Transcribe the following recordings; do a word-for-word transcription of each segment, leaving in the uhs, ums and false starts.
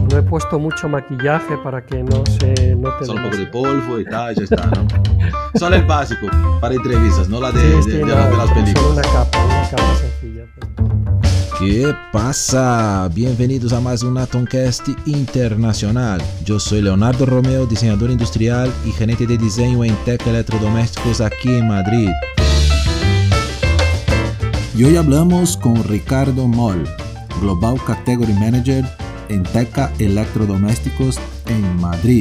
No he puesto mucho maquillaje para que no se note. Solo un poco de polvo y tal, ya está, ¿no? Solo el básico para entrevistas, no la de, Sí, sí, de, de, no, la- de las solo películas. una capa, una capa sencilla. Pues. ¿Qué pasa? Bienvenidos a más un Atomcast Internacional. Yo soy Leonardo Romeo, diseñador industrial y gerente de diseño en Tech Electrodomésticos aquí en Madrid. Y hoy hablamos con Ricardo Moll, Global Category Manager en Teca Electrodomésticos en Madrid.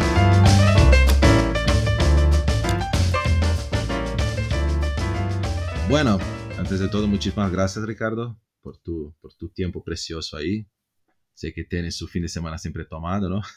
Bueno, antes de todo, muchísimas gracias, Ricardo, por tu, por tu tiempo precioso ahí. Sé que tienes su fin de semana siempre tomado, ¿no?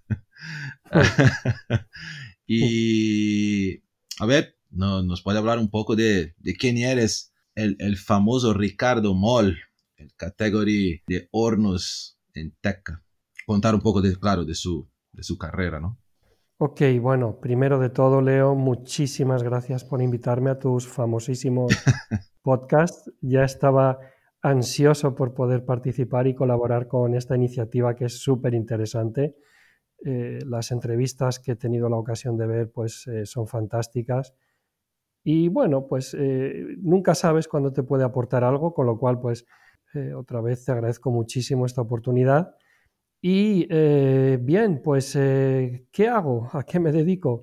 Y, a ver, no, nos puede hablar un poco de, de quién eres, el, el famoso Ricardo Moll, el category de hornos en Teca. Contar un poco, de, claro, de su, de su carrera, ¿no? Ok, bueno, primero de todo, Leo, muchísimas gracias por invitarme a tus famosísimos podcasts. Ya estaba ansioso por poder participar y colaborar con esta iniciativa que es súper interesante. Eh, las entrevistas que he tenido la ocasión de ver pues eh, son fantásticas. Y bueno, pues eh, nunca sabes cuándo te puede aportar algo, con lo cual pues eh, otra vez te agradezco muchísimo esta oportunidad. Y eh, bien, pues eh, ¿qué hago? ¿A qué me dedico?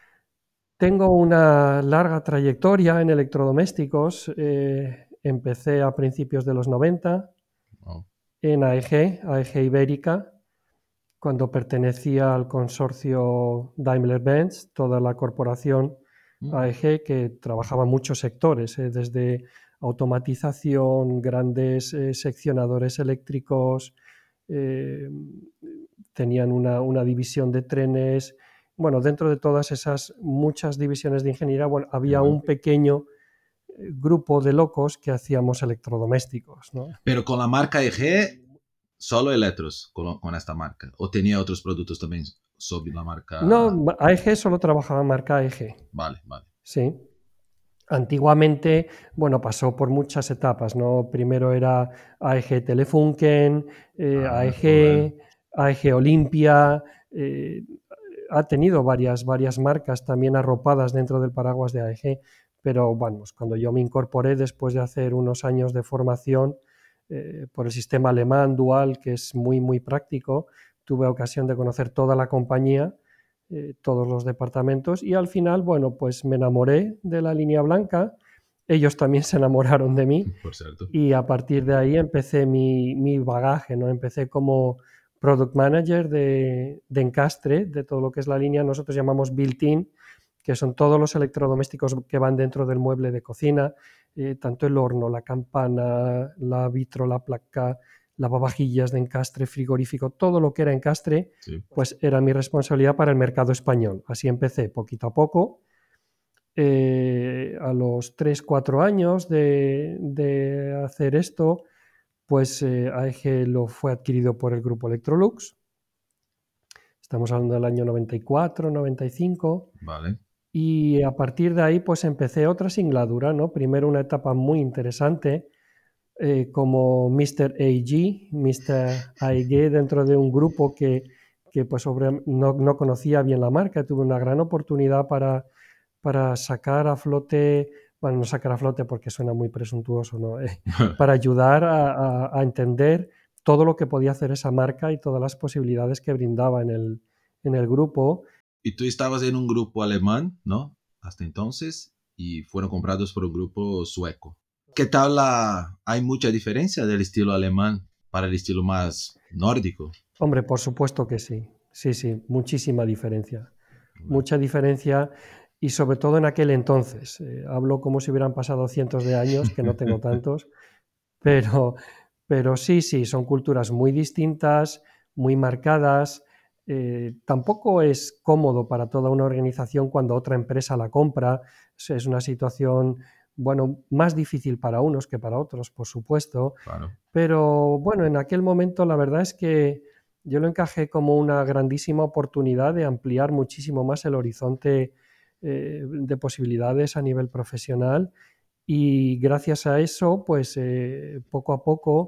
Tengo una larga trayectoria en electrodomésticos. Eh, empecé a principios de los noventa Oh, en A E G, A E G Ibérica, cuando pertenecía al consorcio Daimler-Benz, toda la corporación mm, A E G que trabajaba en muchos sectores, eh, desde automatización, grandes eh, seccionadores eléctricos, eh, tenían una, una división de trenes. Bueno, dentro de todas esas muchas divisiones de ingeniería, bueno, qué había bueno. un pequeño eh, grupo de locos que hacíamos electrodomésticos, ¿no? Pero con la marca E G, solo electros con, con esta marca. ¿O tenía otros productos también sobre la marca? No, A E G solo trabajaba marca A E G, Vale, vale. sí. Antiguamente, bueno, pasó por muchas etapas, ¿no? Primero era A E G Telefunken, eh, Ah, joder. A E G, A E G Olympia, eh, ha tenido varias, varias marcas también arropadas dentro del paraguas de A E G, pero bueno, cuando yo me incorporé después de hacer unos años de formación eh, por el sistema alemán dual, que es muy, muy práctico, tuve ocasión de conocer toda la compañía, eh, todos los departamentos, y al final, bueno, pues me enamoré de la línea blanca, ellos también se enamoraron de mí, Por cierto. y a partir de ahí empecé mi, mi bagaje, ¿no? Empecé como product manager de, de encastre, de todo lo que es la línea, nosotros llamamos built-in, que son todos los electrodomésticos que van dentro del mueble de cocina, eh, tanto el horno, la campana, la vitro, la placa, lavavajillas de encastre, frigorífico, todo lo que era encastre, Sí. pues era mi responsabilidad para el mercado español. Así empecé poquito a poco. Eh, a los tres cuatro años de, de hacer esto, pues eh, A E G lo fue adquirido por el grupo Electrolux. Estamos hablando del año noventa y cuatro, noventa y cinco. Vale. Y a partir de ahí, pues empecé otra singladura, ¿no? Primero una etapa muy interesante eh, como mister A G, mister A E G, dentro de un grupo que, que pues sobre, no, no conocía bien la marca. Tuve una gran oportunidad para, para sacar a flote, bueno, no sacar a flote porque suena muy presuntuoso, ¿no? Eh, para ayudar a, a, a entender todo lo que podía hacer esa marca y todas las posibilidades que brindaba en el, en el grupo. Y tú estabas en un grupo alemán, ¿no? Hasta entonces, y fueron comprados por un grupo sueco. ¿Qué tal la... ¿Hay mucha diferencia del estilo alemán para el estilo más nórdico? Hombre, por supuesto que sí. Sí, sí, muchísima diferencia. Bueno, Mucha diferencia y sobre todo en aquel entonces. Eh, hablo como si hubieran pasado cientos de años, que no tengo tantos, pero, pero sí, sí, son culturas muy distintas, muy marcadas. Eh, tampoco es cómodo para toda una organización cuando otra empresa la compra. Es una situación, bueno, más difícil para unos que para otros, por supuesto. claro. Pero bueno, en aquel momento la verdad es que yo lo encajé como una grandísima oportunidad de ampliar muchísimo más el horizonte eh, de posibilidades a nivel profesional y gracias a eso, pues eh, poco a poco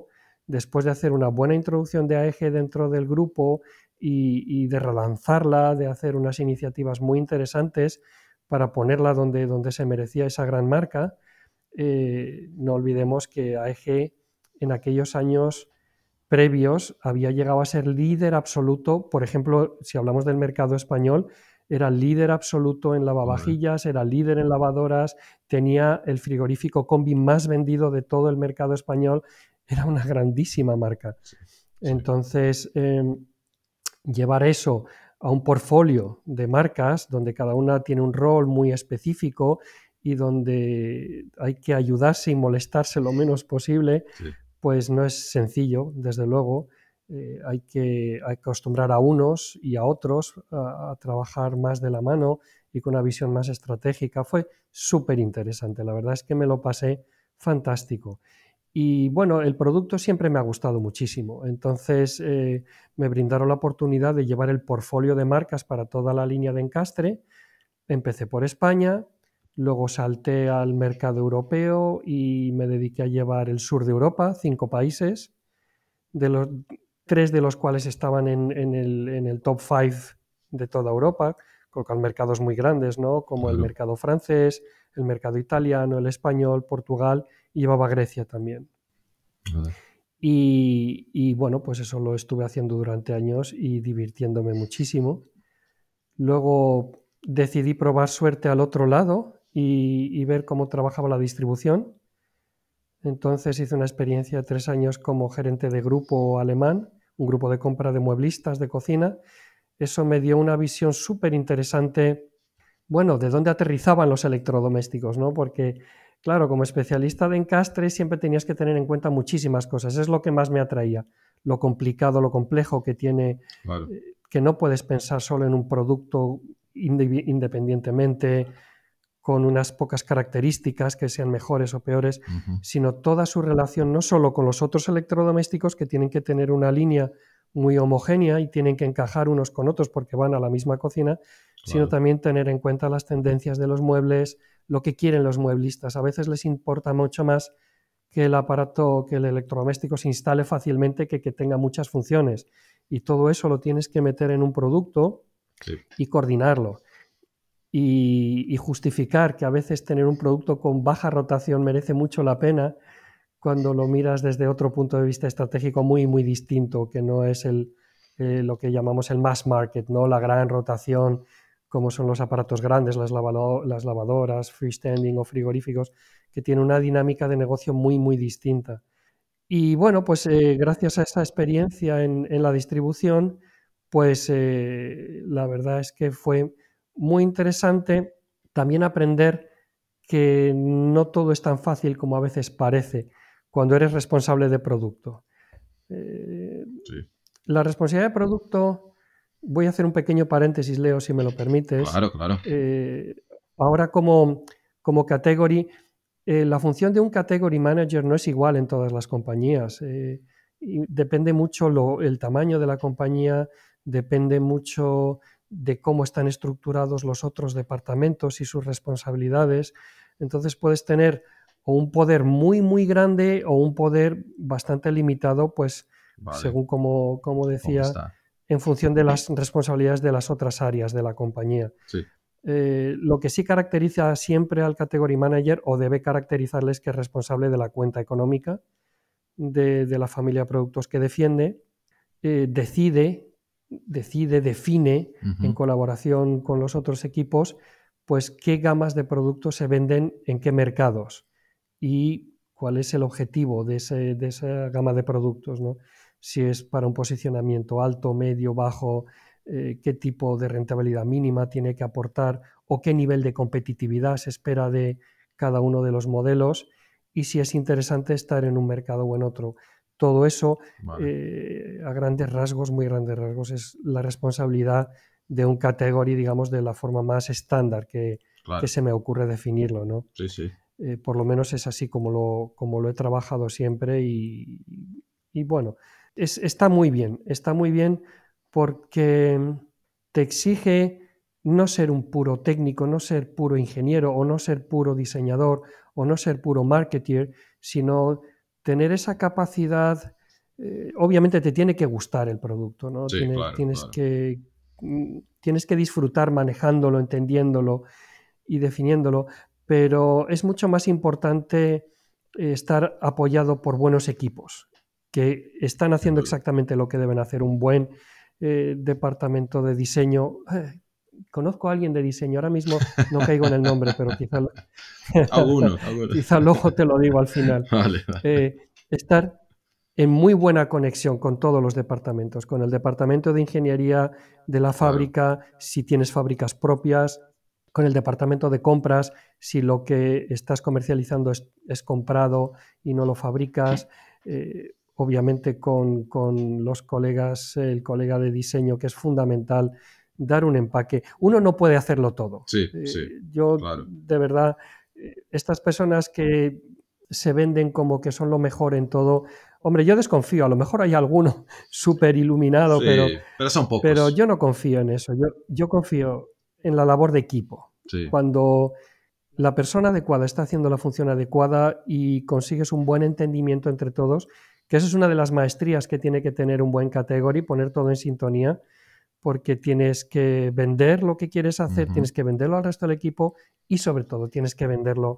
después de hacer una buena introducción de A E G dentro del grupo y, y de relanzarla, de hacer unas iniciativas muy interesantes para ponerla donde, donde se merecía esa gran marca, eh, no olvidemos que A E G en aquellos años previos había llegado a ser líder absoluto. Por ejemplo, si hablamos del mercado español, era líder absoluto en lavavajillas, era líder en lavadoras, tenía el frigorífico combi más vendido de todo el mercado español, era una grandísima marca. Sí, sí. Entonces, eh, llevar eso a un portfolio de marcas donde cada una tiene un rol muy específico y donde hay que ayudarse y molestarse lo menos posible, Sí. pues no es sencillo, desde luego. Eh, hay que acostumbrar a unos y a otros a, a trabajar más de la mano y con una visión más estratégica. Fue súper interesante, la verdad es que me lo pasé fantástico. Y bueno, el producto siempre me ha gustado muchísimo, entonces eh, me brindaron la oportunidad de llevar el portfolio de marcas para toda la línea de Encastre. Empecé por España, luego salté al mercado europeo y me dediqué a llevar el sur de Europa, cinco países, de los, tres de los cuales estaban en, en, el, en el top five de toda Europa, con mercados muy grandes, ¿no? Como Claro. el mercado francés, el mercado italiano, el español, Portugal, y llevaba Grecia también. Vale. Y, y bueno, pues eso lo estuve haciendo durante años y divirtiéndome muchísimo. Luego decidí probar suerte al otro lado y, y ver cómo trabajaba la distribución. Entonces hice una experiencia de tres años como gerente de grupo alemán, un grupo de compra de mueblistas de cocina. Eso me dio una visión súper interesante, bueno, de dónde aterrizaban los electrodomésticos, ¿no? Porque, claro, como especialista de encastre siempre tenías que tener en cuenta muchísimas cosas. Es lo que más me atraía, lo complicado, lo complejo que tiene, Claro. eh, que no puedes pensar solo en un producto independientemente, con unas pocas características que sean mejores o peores, Uh-huh. sino toda su relación no solo con los otros electrodomésticos, que tienen que tener una línea muy homogénea y tienen que encajar unos con otros porque van a la misma cocina, Claro. sino también tener en cuenta las tendencias de los muebles, lo que quieren los mueblistas. A veces les importa mucho más que el aparato, que el electrodoméstico se instale fácilmente que que tenga muchas funciones. Y todo eso lo tienes que meter en un producto Sí. y coordinarlo. Y, y justificar que a veces tener un producto con baja rotación merece mucho la pena cuando lo miras desde otro punto de vista estratégico muy, muy distinto, que no es el, eh, lo que llamamos el mass market, ¿no? La gran rotación, como son los aparatos grandes, las, lavado las lavadoras, freestanding o frigoríficos, que tienen una dinámica de negocio muy, muy distinta. Y bueno, pues eh, gracias a esa experiencia en, en la distribución, pues eh, la verdad es que fue muy interesante también aprender que no todo es tan fácil como a veces parece cuando eres responsable de producto. Eh, Sí. la responsabilidad de producto, voy a hacer un pequeño paréntesis, Leo, si me lo permites. Claro, claro. Eh, ahora como, como category, eh, la función de un category manager no es igual en todas las compañías. Eh, y depende mucho lo, el tamaño de la compañía, depende mucho de cómo están estructurados los otros departamentos y sus responsabilidades. Entonces puedes tener o un poder muy, muy grande o un poder bastante limitado, pues Vale. según como, como ¿Cómo decía, está? en función de las responsabilidades de las otras áreas de la compañía. Sí. Eh, lo que sí caracteriza siempre al category manager, o debe caracterizarles, que es responsable de la cuenta económica de, de la familia de productos que defiende, eh, decide, decide, define Uh-huh. en colaboración con los otros equipos, pues qué gamas de productos se venden en qué mercados y cuál es el objetivo de, ese, de esa gama de productos, ¿no? Si es para un posicionamiento alto, medio, bajo, eh, qué tipo de rentabilidad mínima tiene que aportar o qué nivel de competitividad se espera de cada uno de los modelos y si es interesante estar en un mercado o en otro. Todo eso, Vale. eh, a grandes rasgos, muy grandes rasgos, es la responsabilidad de un category, digamos, de la forma más estándar que, Claro. que se me ocurre definirlo, ¿no? Sí, sí. Eh, por lo menos es así como lo, como lo he trabajado siempre y, y bueno, es, está muy bien, está muy bien porque te exige no ser un puro técnico, no ser puro ingeniero o no ser puro diseñador o no ser puro marketer, sino tener esa capacidad eh, obviamente te tiene que gustar el producto, ¿no? Sí, Tienes, claro, tienes claro. que, mm, tienes que disfrutar manejándolo, entendiéndolo y definiéndolo, pero es mucho más importante eh, estar apoyado por buenos equipos que están Sin haciendo duda. exactamente lo que deben hacer. Un buen eh, departamento de diseño. Eh, conozco a alguien de diseño, ahora mismo no caigo en el nombre, pero quizá, Alguno, alguno. quizá luego te lo digo al final. Vale, vale. Eh, estar en muy buena conexión con todos los departamentos, con el departamento de ingeniería de la Claro. fábrica, si tienes fábricas propias, con el departamento de compras, si lo que estás comercializando es, es comprado y no lo fabricas, eh, obviamente con, con los colegas, el colega de diseño, que es fundamental dar un empaque. Uno no puede hacerlo todo. Sí, Eh, sí, yo, claro. de verdad, eh, estas personas que se venden como que son lo mejor en todo, hombre, yo desconfío, a lo mejor hay alguno súper iluminado, pero, Sí, pero son pero pocos. yo no confío en eso. Yo, yo confío en la labor de equipo. Sí, Cuando la persona adecuada está haciendo la función adecuada y consigues un buen entendimiento entre todos, que eso es una de las maestrías que tiene que tener un buen category, poner todo en sintonía, porque tienes que vender lo que quieres hacer, ujú, tienes que venderlo al resto del equipo y sobre todo tienes que venderlo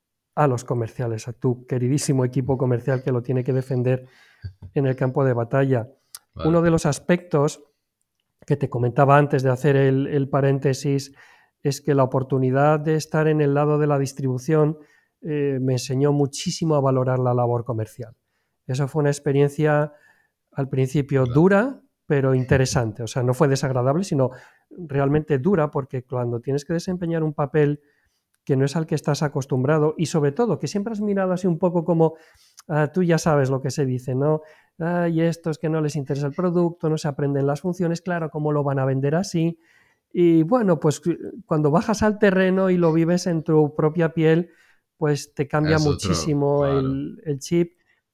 a los comerciales, a tu queridísimo equipo comercial que lo tiene que defender en el campo de batalla. vale. Uno de los aspectos que te comentaba antes de hacer el, el paréntesis es que la oportunidad de estar en el lado de la distribución eh, me enseñó muchísimo a valorar la labor comercial. Eso fue una experiencia al principio Claro. dura, pero interesante. O sea, no fue desagradable, sino realmente dura, porque cuando tienes que desempeñar un papel que no es al que estás acostumbrado y sobre todo que siempre has mirado así un poco como ah, tú ya sabes lo que se dice, ¿no? Ah, y estos que no les interesa el producto, no se aprenden las funciones, claro, ¿cómo lo van a vender así? Y bueno, pues cuando bajas al terreno y lo vives en tu propia piel, pues te cambia Es otro, muchísimo claro. el, el chip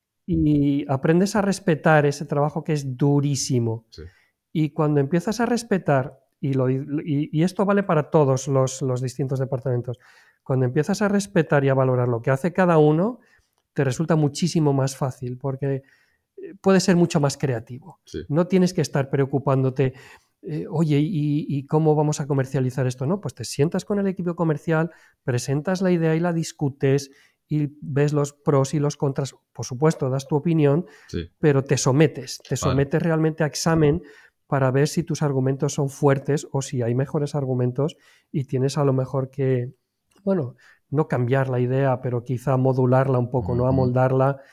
y aprendes a respetar ese trabajo que es durísimo. Sí, Y cuando empiezas a respetar, y, lo, y, y esto vale para todos los, los distintos departamentos, cuando empiezas a respetar y a valorar lo que hace cada uno, te resulta muchísimo más fácil porque eh, puedes ser mucho más creativo. sí, No tienes que estar preocupándote, eh, oye, ¿y, ¿y cómo vamos a comercializar esto? No, pues te sientas con el equipo comercial, presentas la idea y la discutes y ves los pros y los contras. Por supuesto, das tu opinión, sí, pero te sometes, te vale. sometes realmente a examen para ver si tus argumentos son fuertes o si hay mejores argumentos y tienes a lo mejor que, bueno, no cambiar la idea, pero quizá modularla un poco, no Ujú, amoldarla.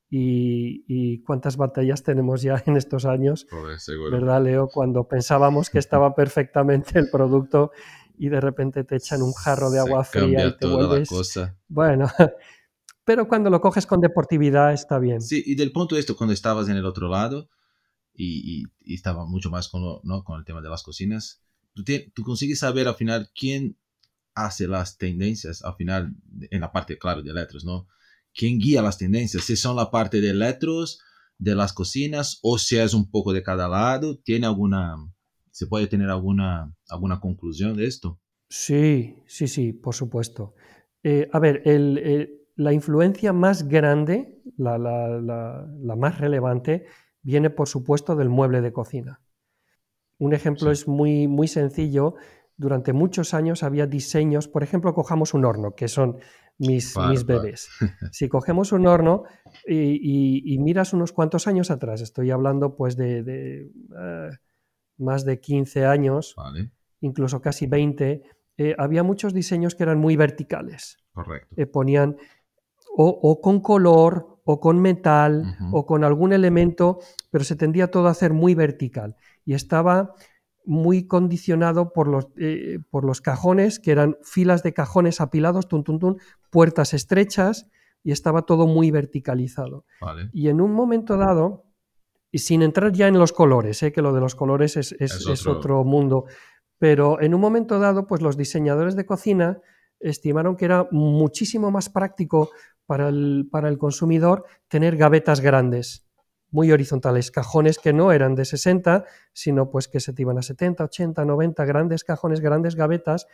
Y, y cuántas batallas tenemos ya en estos años, joder, seguro. ¿verdad, Leo? Cuando pensábamos que estaba perfectamente el producto y de repente te echan un jarro de Se agua fría y cambia te toda la vuelves, cosa. bueno, pero cuando lo coges con deportividad está bien. Sí, y del punto de esto, cuando estabas en el otro lado y, y, y estaba mucho más con, lo, ¿no? con el tema de las cocinas, tú, te, tú consigues saber al final quién hace las tendencias, al final, en la parte, claro, de electros, ¿no? ¿Quién guía las tendencias? Si son la parte de electros, de las cocinas, o si es un poco de cada lado, ¿tiene alguna, se puede tener alguna, alguna conclusión de esto? Sí, sí, sí, por supuesto. Eh, a ver, el, el, la influencia más grande, la, la, la, la más relevante, viene por supuesto del mueble de cocina. Un ejemplo Sí, es muy, muy sencillo. Durante muchos años había diseños, por ejemplo, cojamos un horno, que son mis, claro, mis claro. bebés. Si cogemos un horno y, y, y miras unos cuantos años atrás, estoy hablando pues de, de uh, más de quince años, Vale, incluso casi veinte, eh, había muchos diseños que eran muy verticales. correcto. Eh, ponían o, o con color, o con metal, Ujú, o con algún elemento, pero se tendía todo a hacer muy vertical. Y estaba muy condicionado por los, eh, por los cajones, que eran filas de cajones apilados, tun, tun, tun, puertas estrechas, y estaba todo muy verticalizado. vale, Y en un momento dado, y sin entrar ya en los colores, ¿eh? Que lo de los colores es, es, es es otro, otro mundo, pero en un momento dado, pues los diseñadores de cocina estimaron que era muchísimo más práctico para el, para el consumidor tener gavetas grandes, muy horizontales, cajones que no eran de sesenta, sino pues que se te iban a setenta, ochenta, noventa, grandes cajones, grandes gavetas,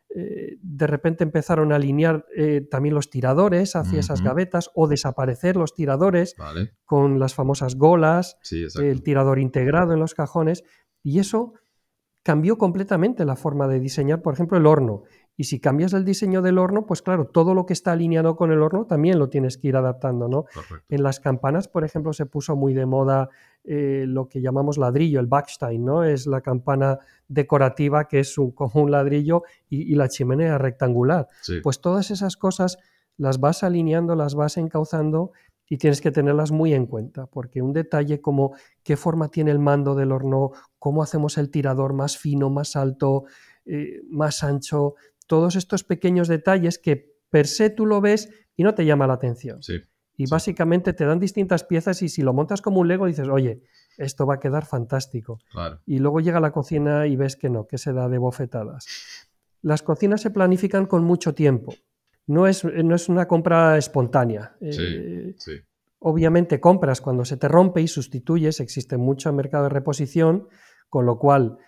eh, de repente empezaron a alinear eh, también los tiradores hacia uh-huh. esas gavetas o desaparecer los tiradores vale. con las famosas golas, sí, el tirador integrado en los cajones, y eso cambió completamente la forma de diseñar, por ejemplo, el horno. Y si cambias el diseño del horno, pues claro, todo lo que está alineado con el horno también lo tienes que ir adaptando, ¿no? Correcto. En las campanas, por ejemplo, se puso muy de moda eh, lo que llamamos ladrillo, el backstein, ¿no? Es la campana decorativa que es un, como un ladrillo y, y la chimenea rectangular. Sí. Pues todas esas cosas las vas alineando, las vas encauzando y tienes que tenerlas muy en cuenta, porque un detalle como qué forma tiene el mando del horno, cómo hacemos el tirador más fino, más alto, eh, más ancho, todos estos pequeños detalles que per se tú lo ves y no te llama la atención. Sí, y sí. básicamente te dan distintas piezas y si lo montas como un Lego dices, oye, esto va a quedar fantástico. Claro. Y luego llega a la cocina y ves que no, que se da de bofetadas. Las cocinas se planifican con mucho tiempo. No es, no es una compra espontánea. Sí, eh, sí. Obviamente compras cuando se te rompe y sustituyes, existe mucho mercado de reposición, con lo cual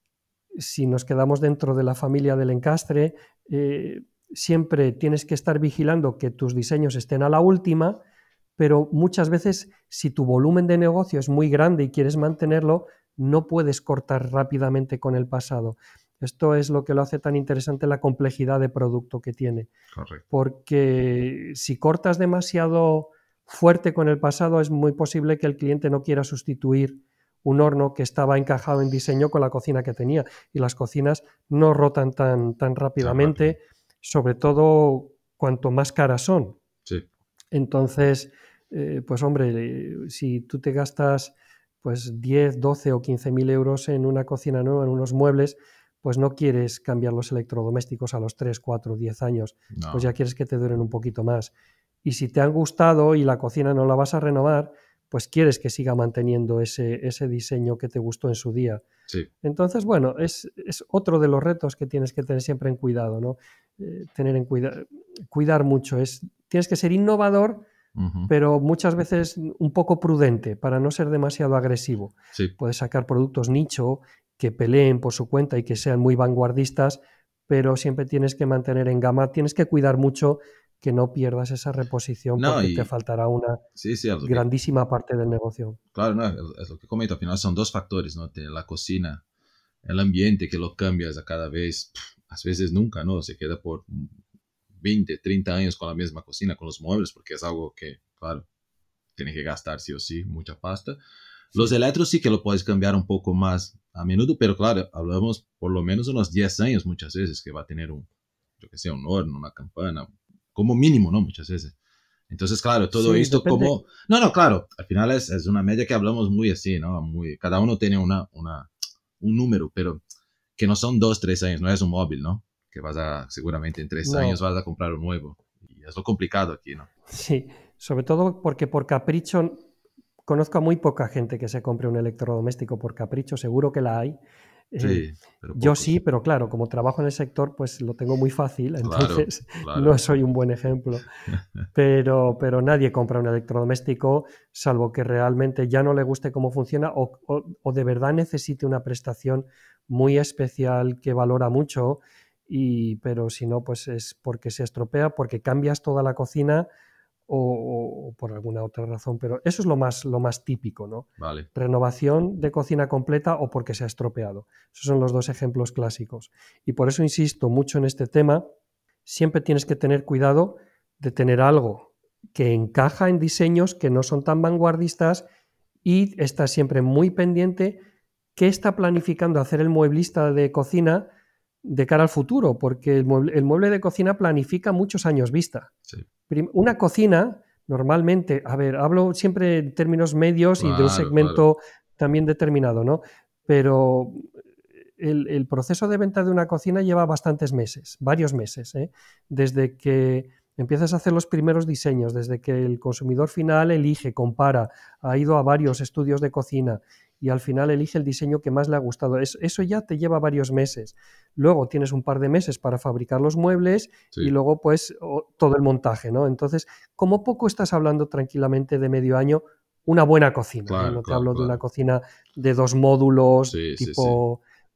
si nos quedamos dentro de la familia del encastre, eh, siempre tienes que estar vigilando que tus diseños estén a la última, pero muchas veces si tu volumen de negocio es muy grande y quieres mantenerlo, no puedes cortar rápidamente con el pasado. Esto es lo que lo hace tan interesante la complejidad de producto que tiene. Correcto. Porque si cortas demasiado fuerte con el pasado, es muy posible que el cliente no quiera sustituir un horno que estaba encajado en diseño con la cocina que tenía. Y las cocinas no rotan tan, tan rápidamente, tan sobre todo cuanto más caras son. Sí. Entonces, eh, pues hombre, eh, si tú te gastas pues diez, doce o quince mil euros en una cocina nueva, en unos muebles, pues no quieres cambiar los electrodomésticos a los tres, cuatro, diez años, No. pues ya quieres que te duren un poquito más. Y si te han gustado y la cocina no la vas a renovar, pues quieres que siga manteniendo ese, ese diseño que te gustó en su día. Sí. Entonces, bueno, es, es otro de los retos que tienes que tener siempre en cuidado, ¿no? Eh, tener en cuida cuidar mucho. Es, tienes que ser innovador, uh-huh. pero muchas veces un poco prudente para no ser demasiado agresivo. Sí. Puedes sacar productos nicho que peleen por su cuenta y que sean muy vanguardistas, pero siempre tienes que mantener en gama, tienes que cuidar mucho que no pierdas esa reposición no, porque y... te faltará una sí, sí, grandísima que... parte del negocio. Claro, no, es lo que comento, al final son dos factores, ¿no? La cocina, el ambiente que lo cambias a cada vez, a veces nunca, ¿no? Se queda por veinte, treinta años con la misma cocina, con los muebles, porque es algo que, claro, tiene que gastar sí o sí mucha pasta. Sí. Los electros sí que lo puedes cambiar un poco más a menudo, pero claro, hablamos por lo menos unos diez años muchas veces que va a tener un, yo que sé, un horno, una campana, como mínimo, ¿no? Muchas veces. Entonces, claro, todo sí, esto depende. como... No, no, claro, al final es, es una media que hablamos muy así, ¿no? Muy, cada uno tiene una, una, un número, pero que no son dos, tres años, no es un móvil, ¿no? Que vas a, seguramente en tres No. años vas a comprar un nuevo. Y es lo complicado aquí, ¿no? Sí, sobre todo porque por capricho, conozco a muy poca gente que se compre un electrodoméstico por capricho, seguro que la hay. Sí, eh, pero yo pocos. sí, pero claro, como trabajo en el sector, pues lo tengo muy fácil, entonces Claro, claro. no soy un buen ejemplo. Pero, pero nadie compra un electrodoméstico salvo que realmente ya no le guste cómo funciona o, o, o de verdad necesite una prestación muy especial que valora mucho, y, pero si no, pues es porque se estropea, porque cambias toda la cocina o, o por alguna otra razón, pero eso es lo más, lo más típico, ¿no? Vale. Renovación de cocina completa o porque se ha estropeado. Esos son los dos ejemplos clásicos. Y por eso insisto mucho en este tema, siempre tienes que tener cuidado de tener algo que encaja en diseños que no son tan vanguardistas y estás siempre muy pendiente qué está planificando hacer el mueblista de cocina de cara al futuro, porque el mueble, el mueble de cocina planifica muchos años vista. Sí. Una cocina, normalmente, a ver, hablo siempre en términos medios claro, y de un segmento claro. también determinado, ¿no? Pero el, el proceso de venta de una cocina lleva bastantes meses, varios meses, ¿eh? Desde que empiezas a hacer los primeros diseños, desde que el consumidor final elige, compara, ha ido a varios estudios de cocina y al final elige el diseño que más le ha gustado. Eso, eso ya te lleva varios meses. Luego tienes un par de meses para fabricar los muebles sí. y luego pues todo el montaje, ¿no? Entonces, como poco estás hablando tranquilamente de medio año, una buena cocina. Claro, ¿eh? No te claro, hablo claro. de una cocina de dos módulos sí, tipo sí, sí.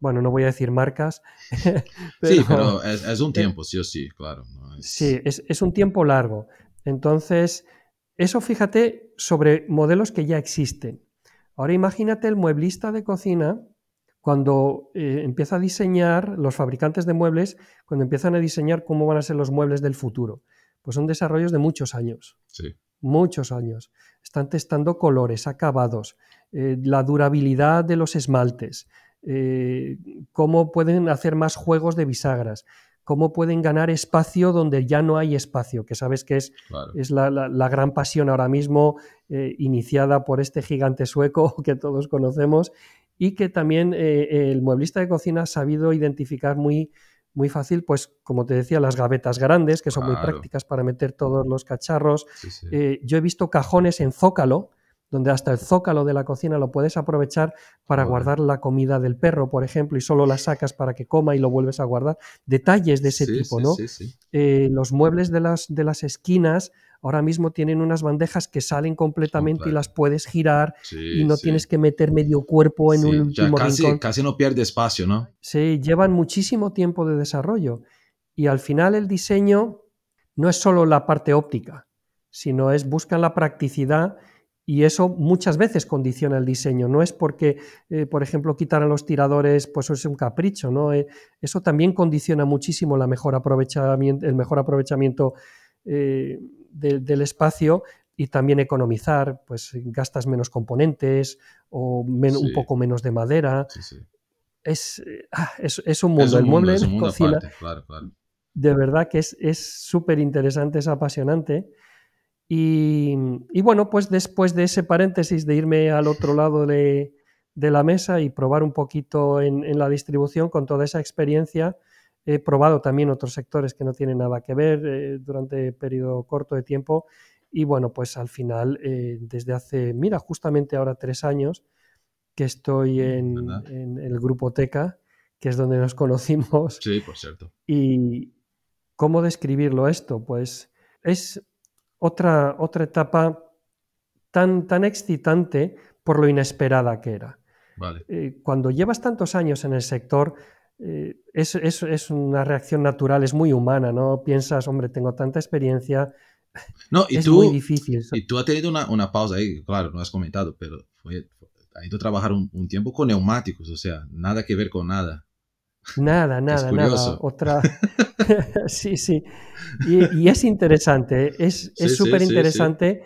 bueno, no voy a decir marcas, pero, sí, pero es, es un eh, tiempo, sí o sí, claro. No sí, es... es, es un tiempo largo. Entonces, eso fíjate sobre modelos que ya existen. Ahora imagínate el mueblista de cocina cuando eh, empieza a diseñar, los fabricantes de muebles, cuando empiezan a diseñar cómo van a ser los muebles del futuro. Pues son desarrollos de muchos años, Sí, muchos años. Están testando colores, acabados, eh, la durabilidad de los esmaltes, eh, cómo pueden hacer más juegos de bisagras, cómo pueden ganar espacio donde ya no hay espacio, que sabes que es, claro. es la, la, la gran pasión ahora mismo, eh, iniciada por este gigante sueco que todos conocemos, y que también eh, el mueblista de cocina ha sabido identificar muy, muy fácil, pues como te decía, las gavetas grandes, que son muy Claro, prácticas para meter todos los cacharros. sí, sí. Eh, yo he visto cajones en zócalo, donde hasta el zócalo de la cocina lo puedes aprovechar para Joder. guardar la comida del perro, por ejemplo, y solo la sacas para que coma y lo vuelves a guardar. Detalles de ese Sí, tipo, sí, ¿no? sí, sí. Eh, los muebles de las, de las esquinas ahora mismo tienen unas bandejas que salen completamente y las Completo. puedes girar y Sí, no sí. tienes que meter medio cuerpo en un Sí, ya último casi, rincón. casi no pierde espacio, ¿no? Sí, llevan muchísimo tiempo de desarrollo y al final el diseño no es solo la parte óptica, sino es buscan la practicidad y eso muchas veces condiciona el diseño. No es porque, eh, por ejemplo, quitaran los tiradores, pues eso es un capricho, ¿no? Eh, eso también condiciona muchísimo la mejor aprovechamiento, el mejor aprovechamiento eh, de, del espacio y también economizar, pues gastas menos componentes o men, un Sí, poco menos de madera. sí, sí. Es, ah, es, es, un Es mundo. un El mundo, mueble es un de mundo cocina, aparte, claro, claro. de verdad que es súper interesante, es apasionante. Y, y, bueno, pues después de ese paréntesis de irme al otro lado de, de la mesa y probar un poquito en, en, la distribución con toda esa experiencia, he probado también otros sectores que no tienen nada que ver eh, durante un periodo corto de tiempo. Y bueno, pues al final, eh, desde hace, mira, justamente ahora tres años, que estoy en, ¿Verdad? en el grupo Teca, que es donde nos conocimos. Sí, por cierto. ¿Y cómo describirlo esto? Pues es otra, otra etapa tan, tan excitante por lo inesperada que era. Vale. Eh, cuando llevas tantos años en el sector, eh, es, es, es una reacción natural, es muy humana, ¿no? Piensas, hombre, tengo tanta experiencia, No, y es muy tú, difícil. y tú has tenido una, una pausa ahí, claro, no has comentado, pero fue, has ido a trabajar un, un tiempo con neumáticos, o sea, nada que ver con nada, Nada, que es nada, nada. curioso. Otra. Sí, sí. Y, y es interesante, ¿eh? es Sí, sí, súper sí, sí. interesante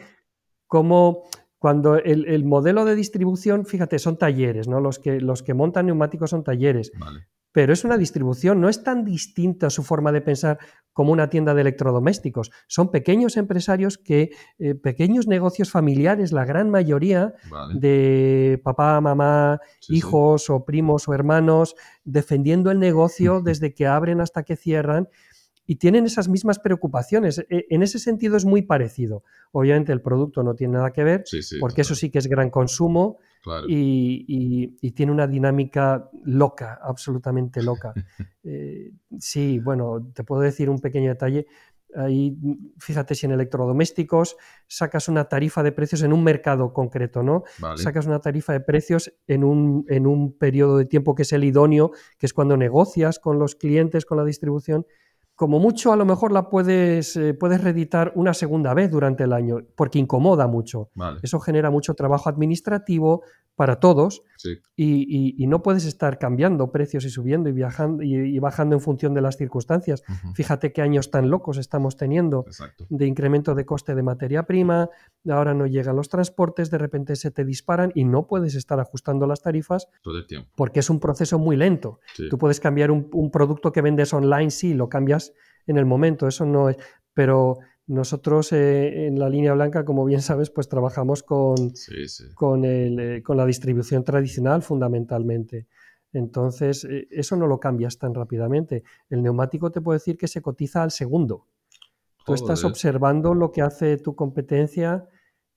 cómo cuando el, el modelo de distribución, fíjate, son talleres, ¿no? Los que, los que montan neumáticos son talleres. Vale. Pero es una distribución, no es tan distinta su forma de pensar como una tienda de electrodomésticos. Son pequeños empresarios que, eh, pequeños negocios familiares, la gran mayoría Vale. de papá, mamá, Sí, sí. hijos o primos o hermanos, defendiendo el negocio desde que abren hasta que cierran y tienen esas mismas preocupaciones. En ese sentido es muy parecido. Obviamente el producto no tiene nada que ver, Sí, sí, porque eso total. sí que es gran consumo Claro. y, y, y tiene una dinámica loca, absolutamente loca. Eh, sí, bueno, te puedo decir un pequeño detalle. Ahí, fíjate, si en electrodomésticos sacas una tarifa de precios en un mercado concreto, ¿no? Vale. Sacas una tarifa de precios en un, en un periodo de tiempo que es el idóneo, que es cuando negocias con los clientes, con la distribución. Como mucho, a lo mejor la puedes, eh, puedes reeditar una segunda vez durante el año, porque incomoda mucho. Vale. Eso genera mucho trabajo administrativo para todos Sí. y, y, y no puedes estar cambiando precios y subiendo y, viajando, y, y bajando en función de las circunstancias. Uh-huh. Fíjate qué años tan locos estamos teniendo. Exacto. De incremento de coste de materia prima, ahora no llegan los transportes, de repente se te disparan y no puedes estar ajustando las tarifas todo el tiempo, porque es un proceso muy lento. sí. Tú puedes cambiar un, un producto que vendes online, sí, lo cambias en el momento, eso no es, pero nosotros eh, en la línea blanca, como bien sabes, pues trabajamos con, Sí, sí. con, el, eh, con la distribución tradicional fundamentalmente. Entonces, eh, eso no lo cambias tan rápidamente. El neumático te puedo decir que se cotiza al segundo. Tú estás Joder. observando lo que hace tu competencia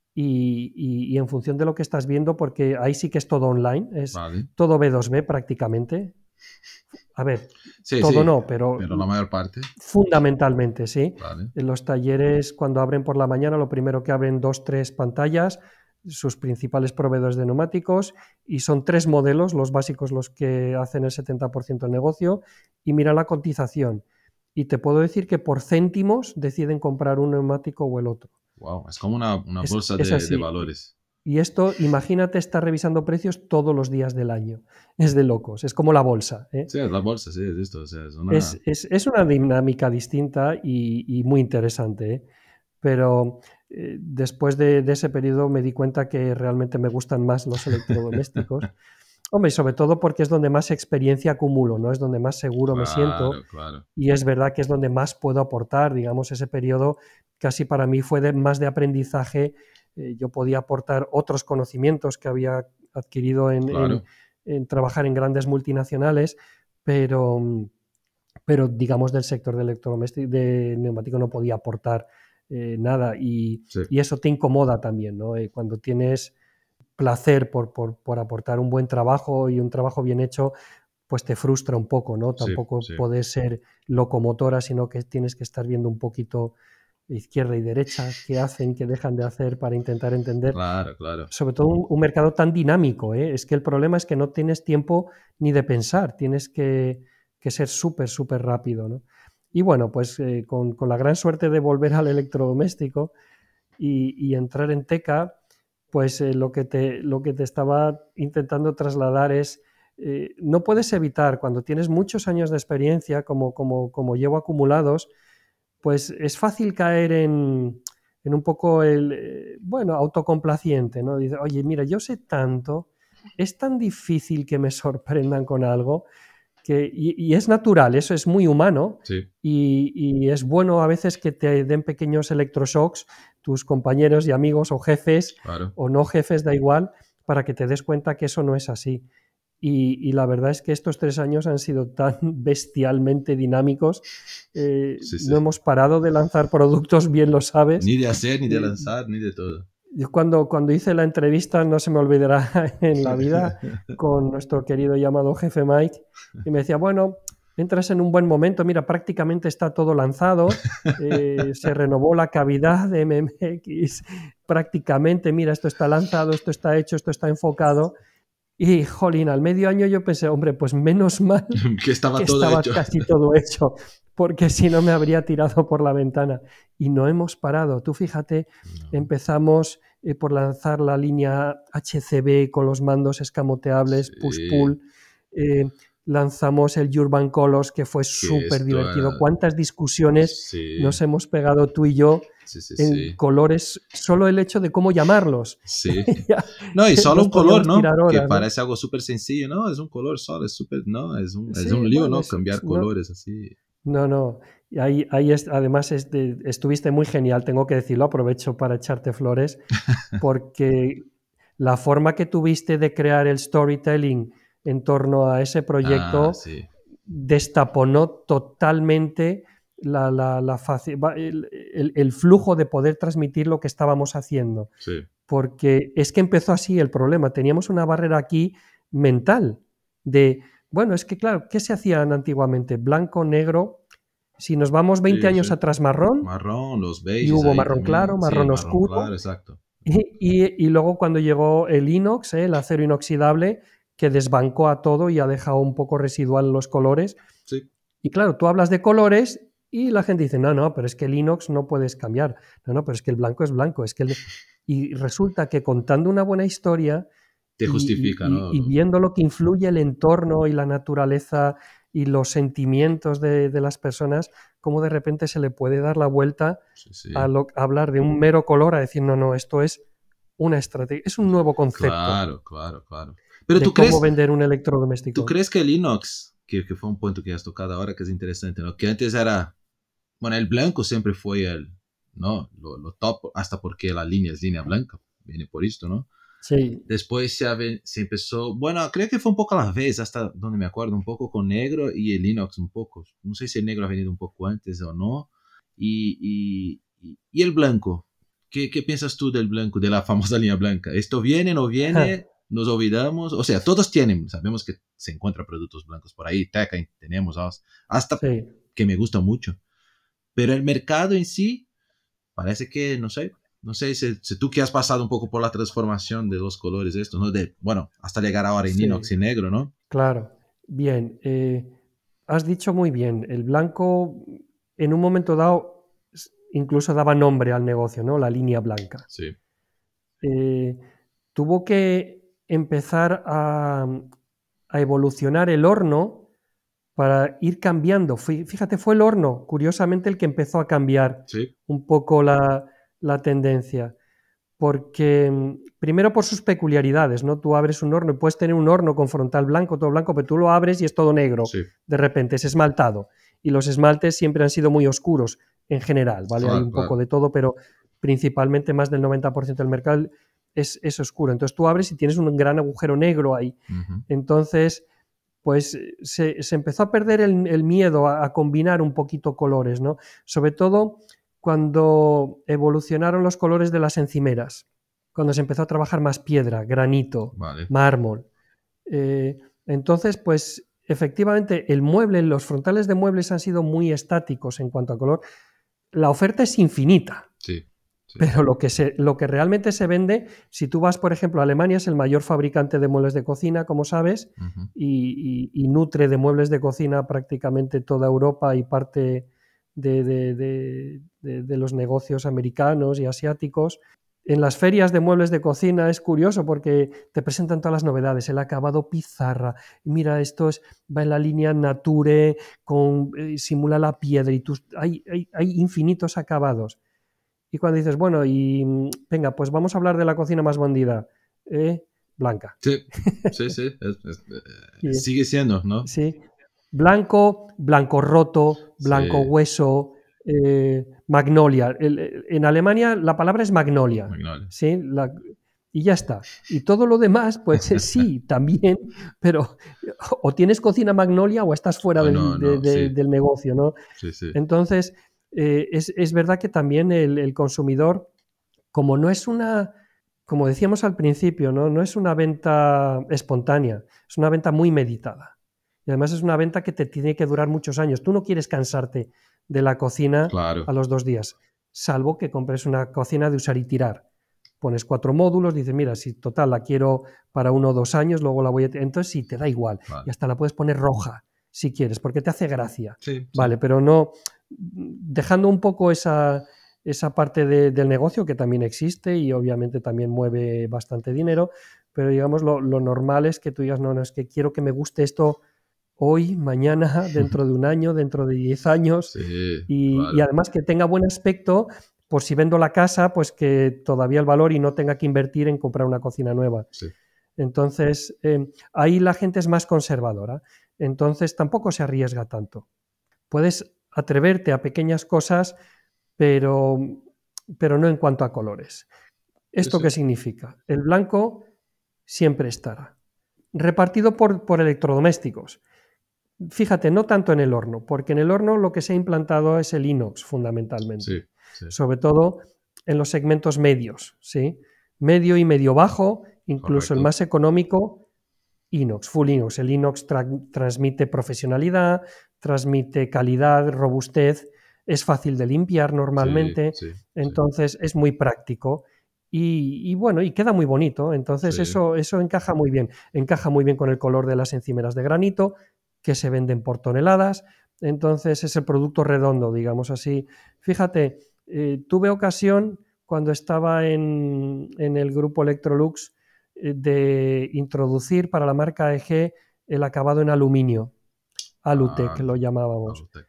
y, y, y en función de lo que estás viendo, porque ahí sí que es todo online, es Vale. todo B dos B prácticamente. A ver, Sí, todo sí, no, pero pero la mayor parte. fundamentalmente, sí. Vale. En los talleres, cuando abren por la mañana, lo primero que abren dos, tres pantallas, sus principales proveedores de neumáticos, y son tres modelos, los básicos, los que hacen el setenta por ciento del negocio, y mira la cotización. Y te puedo decir que por céntimos deciden comprar un neumático o el otro. Wow, es como una, una Es, bolsa es de, de así. valores. Y esto, imagínate estar revisando precios todos los días del año. Es de locos, es como la bolsa, ¿eh? Sí, es la bolsa, sí, es esto. O sea, es una... Es, es, es una dinámica distinta y, y muy interesante, ¿eh? Pero eh, después de, de ese periodo me di cuenta que realmente me gustan más los electrodomésticos. Hombre, y sobre todo porque es donde más experiencia acumulo, ¿no? Es donde más seguro me siento, Claro, claro. y es verdad que es donde más puedo aportar. Digamos, ese periodo casi para mí fue de, más de aprendizaje. Eh, yo podía aportar otros conocimientos que había adquirido en, en, Claro. en trabajar en grandes multinacionales, pero, pero digamos del sector de electrodoméstico, de neumático, no podía aportar eh, nada, y, Sí, y eso te incomoda también, ¿no? Eh, cuando tienes placer por, por, por aportar un buen trabajo y un trabajo bien hecho, pues te frustra un poco, ¿no? sí, Tampoco sí. puedes ser locomotora, sino que tienes que estar viendo un poquito izquierda y derecha, qué hacen, qué dejan de hacer, para intentar entender, Claro, claro. sobre todo un, un mercado tan dinámico, ¿eh? Es que el problema es que no tienes tiempo ni de pensar, tienes que, que ser súper, súper rápido, ¿no? Y bueno, pues eh, con, con la gran suerte de volver al electrodoméstico y, y entrar en Teca, pues eh, lo, que te, lo que te estaba intentando trasladar es, eh, no puedes evitar, cuando tienes muchos años de experiencia, como, como, como llevo acumulados, pues es fácil caer en, en un poco el, eh, bueno, autocomplaciente, ¿no? Dice, oye, mira, yo sé tanto, es tan difícil que me sorprendan con algo, que, y, y es natural, eso es muy humano, Sí, y, y es bueno a veces que te den pequeños electroshocks tus compañeros y amigos o jefes claro. o no jefes, da igual, para que te des cuenta que eso no es así. Y, y la verdad es que estos tres años han sido tan bestialmente dinámicos. Eh, Sí, sí. no hemos parado de lanzar productos, bien lo sabes. Ni de hacer, ni de Eh, lanzar, ni de todo. yo cuando, cuando hice la entrevista, no se me olvidará en la vida, con nuestro querido llamado jefe Mike, y me decía, bueno, entras en un buen momento, mira, prácticamente está todo lanzado, eh, se renovó la cavidad de M M X, prácticamente, mira, esto está lanzado, esto está hecho, esto está enfocado, y jolín, al medio año yo pensé, hombre, pues menos mal Que estaba que todo estaba hecho. casi todo hecho, porque si no me habría tirado por la ventana. Y no hemos parado. Tú fíjate, No. empezamos eh, por lanzar la línea H C B con los mandos escamoteables, Sí, push-pull. Eh, lanzamos el Urban Colors, que fue que súper esto divertido. era... ¿Cuántas discusiones Sí, nos hemos pegado tú y yo sí, sí, en sí. colores? Solo el hecho de cómo llamarlos. Sí. Ya No, y solo nos un color, podíamos ¿no? tirar Que horas, ¿no? parece algo súper sencillo, ¿no? Es un color solo, es súper, no, es un, es Sí, un lío, bueno, ¿no? es, Cambiar no, colores así. no, no. Y ahí, ahí es, además es de- estuviste muy genial, tengo que decirlo, aprovecho para echarte flores, porque la forma que tuviste de crear el storytelling en torno a ese Ah, proyecto sí, destaponó totalmente la, la- la faci- va- el, el- el flujo de poder transmitir lo que estábamos haciendo. sí, Porque es que empezó así el problema. Teníamos una barrera aquí mental de, bueno, es que claro, ¿qué se hacían antiguamente? Blanco, negro. Si nos vamos veinte sí, años sí. atrás, marrón, Marrón, los y beiges hubo ahí marrón claro, también. Sí, marrón marrón claro, oscuro, exacto. y, y- y luego cuando llegó el inox, ¿eh? El acero inoxidable, que desbancó a todo y ha dejado un poco residual los colores. Sí, Y claro, tú hablas de colores y la gente dice, no, no, pero es que el inox no puedes cambiar. No, no, pero es que el blanco es blanco. Es que el... Y resulta que contando una buena historia te y, justifica, y- ¿no? y Lo- viendo lo que influye el entorno y la naturaleza y los sentimientos de, de las personas, cómo de repente se le puede dar la vuelta Sí, a, sí. lo- a hablar de un mero color, a decir, no, no, esto es una estrategia, es un nuevo concepto Claro, claro, claro. Pero tú de cómo crees, vender un tú electrodoméstico. crees que el inox, que, que fue un punto que has tocado ahora que es interesante, ¿no? Que antes era, bueno, el blanco siempre fue el, ¿no? Lo, lo top, hasta porque la línea es línea blanca, viene por esto, ¿no? Sí, Después se, ave- se empezó, bueno, creo que fue un poco a la vez, hasta donde me acuerdo, un poco con negro y el inox un poco. No sé si el negro ha venido un poco antes o no. Y, y, y- y el blanco, ¿Qué, ¿qué piensas tú del blanco, de la famosa línea blanca? ¿Esto viene, no viene? ¿Nos olvidamos? O sea, todos tienen, sabemos que se encuentran productos blancos por ahí, Teca tenemos, hasta sí. que me gusta mucho. Pero el mercado en sí, parece que, no sé, no sé si, si tú que has pasado un poco por la transformación de los colores estos, ¿no? De, bueno, hasta llegar ahora en Sí. inox y negro, ¿no? Claro, bien. eh, has dicho muy bien, el blanco en un momento dado s- incluso daba nombre al negocio, ¿no? La línea blanca. Sí, Eh, tuvo que empezar a, a evolucionar el horno para ir cambiando. Fí- Fíjate, fue el horno, curiosamente, el que empezó a cambiar sí, un poco la, la tendencia. Porque, mm, primero por sus peculiaridades, ¿no? Tú abres un horno y puedes tener un horno con frontal blanco, todo blanco, pero tú lo abres y es todo negro. sí, De repente es esmaltado. Y los esmaltes siempre han sido muy oscuros en general, ¿vale? Hay claro, un poco claro. de todo, pero principalmente más del noventa por ciento del mercado es, es oscuro. Entonces tú abres y tienes un gran agujero negro ahí. Ujú. Entonces, pues se, se empezó a perder el, el miedo a, a combinar un poquito colores, ¿no? Sobre todo cuando evolucionaron los colores de las encimeras, cuando se empezó a trabajar más piedra, granito, Vale, mármol. Eh, entonces, pues efectivamente el mueble, los frontales de muebles han sido muy estáticos en cuanto a color. La oferta es infinita, sí, sí, pero lo que, se, lo que realmente se vende, si tú vas, por ejemplo, a Alemania, es el mayor fabricante de muebles de cocina, como sabes, ujú. y, y- y nutre de muebles de cocina prácticamente toda Europa y parte de, de- de- de- de los negocios americanos y asiáticos. En las ferias de muebles de cocina es curioso porque te presentan todas las novedades, el acabado pizarra, mira, esto es, va en la línea Nature, con, eh, simula la piedra, y tú, hay, hay, hay infinitos acabados. Y cuando dices, bueno, y mm, venga, pues vamos a hablar de la cocina más vendida, ¿eh? Blanca. Sí, sí, sí, es- es- eh, Sí, sigue siendo, ¿no? sí. Blanco, blanco roto, blanco Sí, hueso, eh, magnolia. El- el- en Alemania la palabra es magnolia, Magnolia. ¿sí? La- y ya está. Y todo lo demás, pues eh, sí, también, pero o tienes cocina magnolia o estás fuera Oh, no, del, de- no, de- sí, del negocio, ¿no? sí, sí, Entonces, eh, es, es verdad que también el, el consumidor, como no es una, como decíamos al principio, ¿no? No es una venta espontánea, es una venta muy meditada. Y además es una venta que te tiene que durar muchos años. Tú no quieres cansarte de la cocina claro, a los dos días, salvo que compres una cocina de usar y tirar. Pones cuatro módulos, dices, mira, si total la quiero para uno o dos años, luego la voy a... Entonces sí, te da igual. vale. Y hasta la puedes poner roja, si quieres, porque te hace gracia. Sí, sí, Vale, pero no... Dejando un poco esa, esa parte de- del negocio que también existe y obviamente también mueve bastante dinero, pero digamos lo, lo normal es que tú digas, no, no, es que quiero que me guste esto hoy, mañana, dentro de un año, dentro de diez años, sí, y, y claro, además que tenga buen aspecto, por si vendo la casa, pues que todavía el valor y no tenga que invertir en comprar una cocina nueva. sí, Entonces, eh, ahí la gente es más conservadora, entonces tampoco se arriesga tanto. Puedes atreverte a pequeñas cosas, pero, pero no en cuanto a colores. sí, ¿Esto sí, qué significa? El blanco siempre estará. Repartido por, por electrodomésticos. Fíjate, no tanto en el horno, porque en el horno lo que se ha implantado es el inox sí, fundamentalmente, sí, sobre todo en los segmentos medios, ¿sí? Medio y medio bajo, incluso el correcto, más económico, inox, full inox. El inox tra transmite profesionalidad, transmite calidad, robustez, es fácil de limpiar sí, normalmente, sí, sí, entonces es muy práctico. Y, y, bueno, y queda muy bonito, entonces sí, eso, eso encaja muy bien, encaja muy bien con el color de las encimeras de granito, que se venden por toneladas, entonces es el producto redondo, digamos así. Fíjate, eh, tuve ocasión cuando estaba en, en el grupo Electrolux eh, de introducir para la marca E G el acabado en aluminio, Alutec ah, lo llamábamos. Alutec.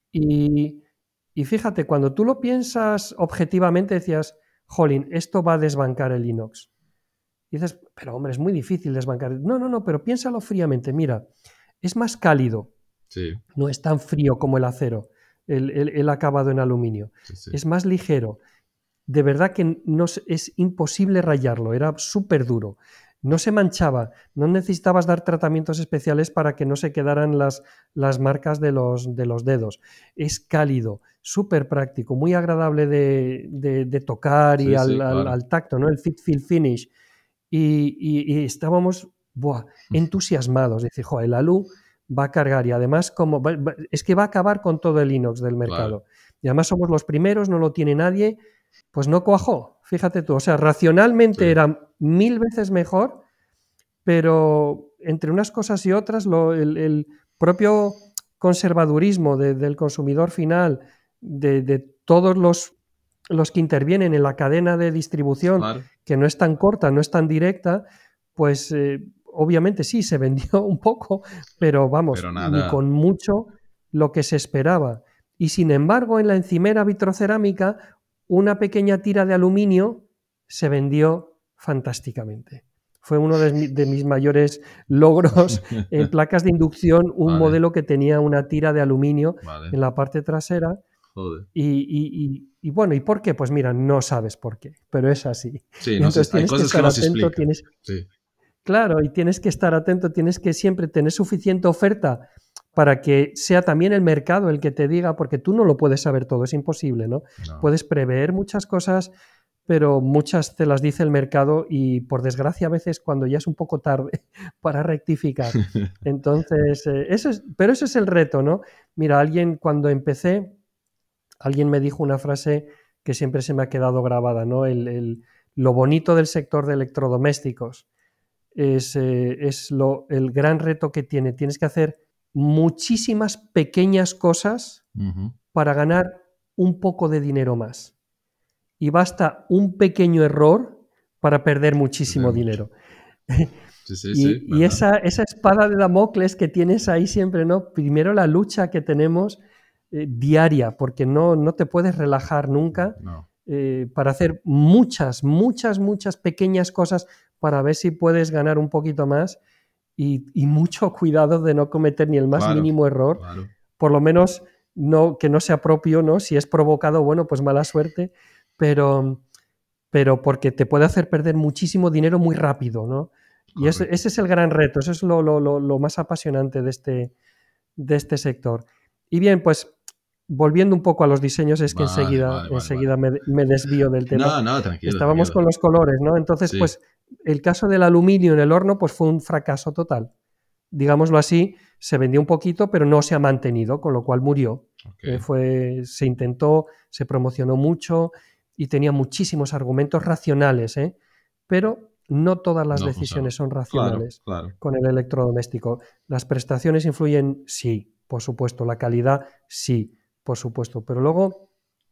Y, y fíjate, cuando tú lo piensas objetivamente, decías, jolín, esto va a desbancar el inox. Y dices, pero hombre, es muy difícil desbancar. No, no, no, pero piénsalo fríamente. Mira, es más cálido, Sí, no es tan frío como el acero, el, el, el acabado en aluminio. sí, sí, Es más ligero. De verdad que no, es imposible rayarlo, era súper duro. No se manchaba, no necesitabas dar tratamientos especiales para que no se quedaran las, las marcas de los, de los dedos. Es cálido, súper práctico, muy agradable de, de, de tocar y sí, al, sí, al, claro, al, tacto, ¿no? El fit, feel, finish. Y, y, y estábamos buah, entusiasmados. Decir, joder, el alu va a cargar y además como es que va a acabar con todo el inox del claro, mercado. Y además somos los primeros, no lo tiene nadie. pues no cuajó, fíjate tú. O sea, racionalmente Sí. era mil veces mejor, pero entre unas cosas y otras, lo, el, el propio conservadurismo de, del consumidor final, de, de todos los, los que intervienen en la cadena de distribución, Claro. que no es tan corta, no es tan directa, pues eh, obviamente sí, se vendió un poco, pero vamos, Pero ni nada. con mucho lo que se esperaba. Y sin embargo, en la encimera vitrocerámica, una pequeña tira de aluminio se vendió fantásticamente. Fue uno de, mi- de mis mayores logros en placas de inducción, un Vale, modelo que tenía una tira de aluminio vale. en la parte trasera. Joder. Y, y- y- y bueno, ¿y por qué? Pues mira, no sabes por qué, pero es así. Sí, Y no se- entonces hay tienes que cosas que estar no se atento, explican. tienes, Sí, claro, y tienes que estar atento, tienes que siempre tener suficiente oferta para que sea también el mercado el que te diga, porque tú no lo puedes saber todo, es imposible, ¿no? no. Puedes prever muchas cosas, pero muchas te las dice el mercado y por desgracia a veces cuando ya es un poco tarde para rectificar. Entonces, eh, eso es, pero ese es el reto, ¿no? Mira, alguien cuando empecé, alguien me dijo una frase que siempre se me ha quedado grabada, ¿no? El, el- lo bonito del sector de electrodomésticos es, eh, es lo, el gran reto que tiene. Tienes que hacer muchísimas pequeñas cosas Ujú. para ganar un poco de dinero más. Y basta un pequeño error para perder muchísimo Perder mucho. dinero. Sí, sí, sí, Y, y ¿verdad? esa, esa espada de Damocles que tienes ahí siempre, ¿no? Primero la lucha que tenemos eh, diaria, porque no, no te puedes relajar nunca No, eh, para hacer muchas, muchas, muchas pequeñas cosas para ver si puedes ganar un poquito más y, y mucho cuidado de no cometer ni el más claro, mínimo error, claro. por lo menos no, que no sea propio, ¿no? Si es provocado, bueno, pues mala suerte, pero, pero porque te puede hacer perder muchísimo dinero muy rápido, ¿no? Y ese, Correcto. ese es el gran reto, eso es lo, lo, lo, lo más apasionante de este, de este sector. Y bien, pues volviendo un poco a los diseños, es que Vale, enseguida, vale, vale, vale. enseguida me, me desvío del tema. No, no, tranquilo, Estábamos tranquilo. con los colores, ¿no? Entonces, Sí, pues el caso del aluminio en el horno pues fue un fracaso total. Digámoslo así, se vendió un poquito, pero no se ha mantenido, con lo cual murió. ok. Eh, fue, se intentó, se promocionó mucho y tenía muchísimos argumentos racionales, ¿eh? Pero no todas las No funcionó. decisiones son Claro, racionales claro. con el electrodoméstico. Las prestaciones influyen, sí, por supuesto. La calidad, sí, por supuesto. Pero luego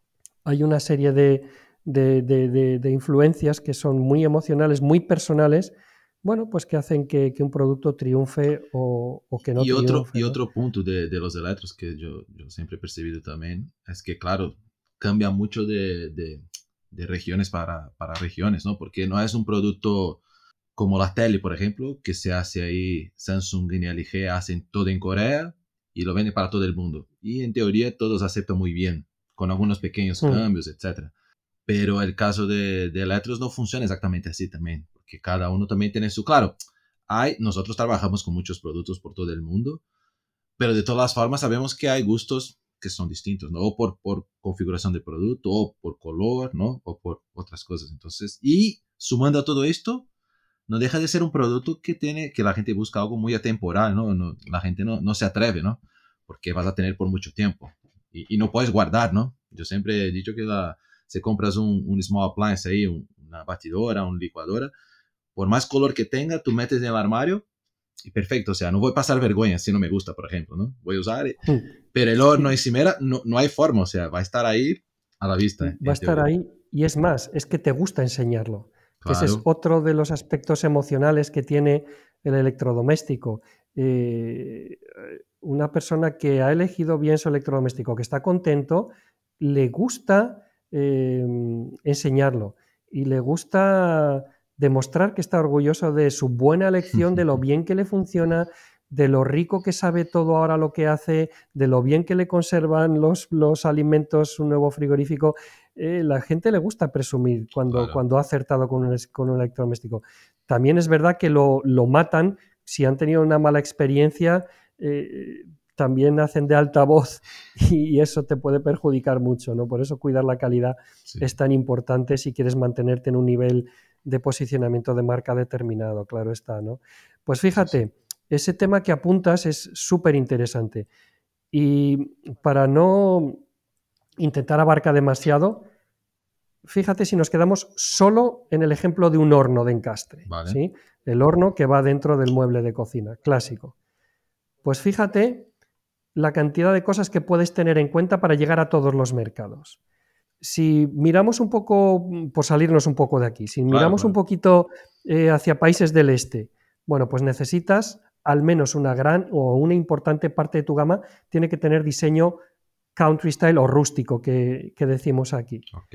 hay una serie de, de, de, de, de influencias que son muy emocionales, muy personales, bueno, pues que hacen que, que un producto triunfe o, o, que no Y otro, triunfe, y ¿no? otro punto de, de los electros que yo, yo siempre he percibido también es que, claro, cambia mucho de, de, de regiones para, para regiones, ¿no? Porque no es un producto como la tele, por ejemplo, que se hace ahí, Samsung y L G hacen todo en Corea y lo venden para todo el mundo. Y en teoría todos aceptan muy bien, con algunos pequeños Hmm. cambios, etcétera. Pero el caso de, de electros no funciona exactamente así también, porque cada uno también tiene su, claro, hay, nosotros trabajamos con muchos productos por todo el mundo, pero de todas formas sabemos que hay gustos que son distintos, ¿no? O por, por configuración de producto, o por color, ¿no? O por otras cosas. Entonces, y sumando a todo esto, no deja de ser un producto que tiene, que la gente busca algo muy atemporal, ¿no? no la gente no, no se atreve, ¿no? Porque vas a tener por mucho tiempo. Y, y no puedes guardar, ¿no? Yo siempre he dicho que la, si compras un, un small appliance ahí, un, una batidora, una licuadora, por más color que tenga, tú metes en el armario y perfecto, o sea, no voy a pasar vergüenza si no me gusta, por ejemplo, ¿no? Voy a usar, Hmm. pero el horno y cimera no, no hay forma, o sea, va a estar ahí a la vista, Va a en estar teoría. ahí y es más, es que te gusta enseñarlo, que ese es Claro. otro de los aspectos emocionales que tiene el electrodoméstico. Eh, una persona que ha elegido bien su electrodoméstico, que está contento, le gusta eh, enseñarlo y le gusta demostrar que está orgulloso de su buena elección, de lo bien que le funciona, de lo rico que sabe todo ahora lo que hace, de lo bien que le conservan los, los alimentos, un nuevo frigorífico. Eh, la gente le gusta presumir cuando, Claro. cuando ha acertado con un, con un electrodoméstico. También es verdad que lo, lo matan si han tenido una mala experiencia. Eh, también hacen de altavoz y, y eso te puede perjudicar mucho, ¿no? Por eso cuidar la calidad Sí. es tan importante si quieres mantenerte en un nivel de posicionamiento de marca determinado, claro está, ¿no? Pues fíjate, Sí, sí. ese tema que apuntas es súper interesante. Y para no intentar abarcar demasiado, fíjate si nos quedamos solo en el ejemplo de un horno de encastre, Vale. ¿sí? El horno que va dentro del mueble de cocina, clásico. Pues fíjate la cantidad de cosas que puedes tener en cuenta para llegar a todos los mercados. Si miramos un poco, por salirnos un poco de aquí, si Claro, miramos claro. un poquito eh, hacia países del este, bueno, pues necesitas al menos una gran o una importante parte de tu gama tiene que tener diseño country style o rústico que, que decimos aquí. Ok.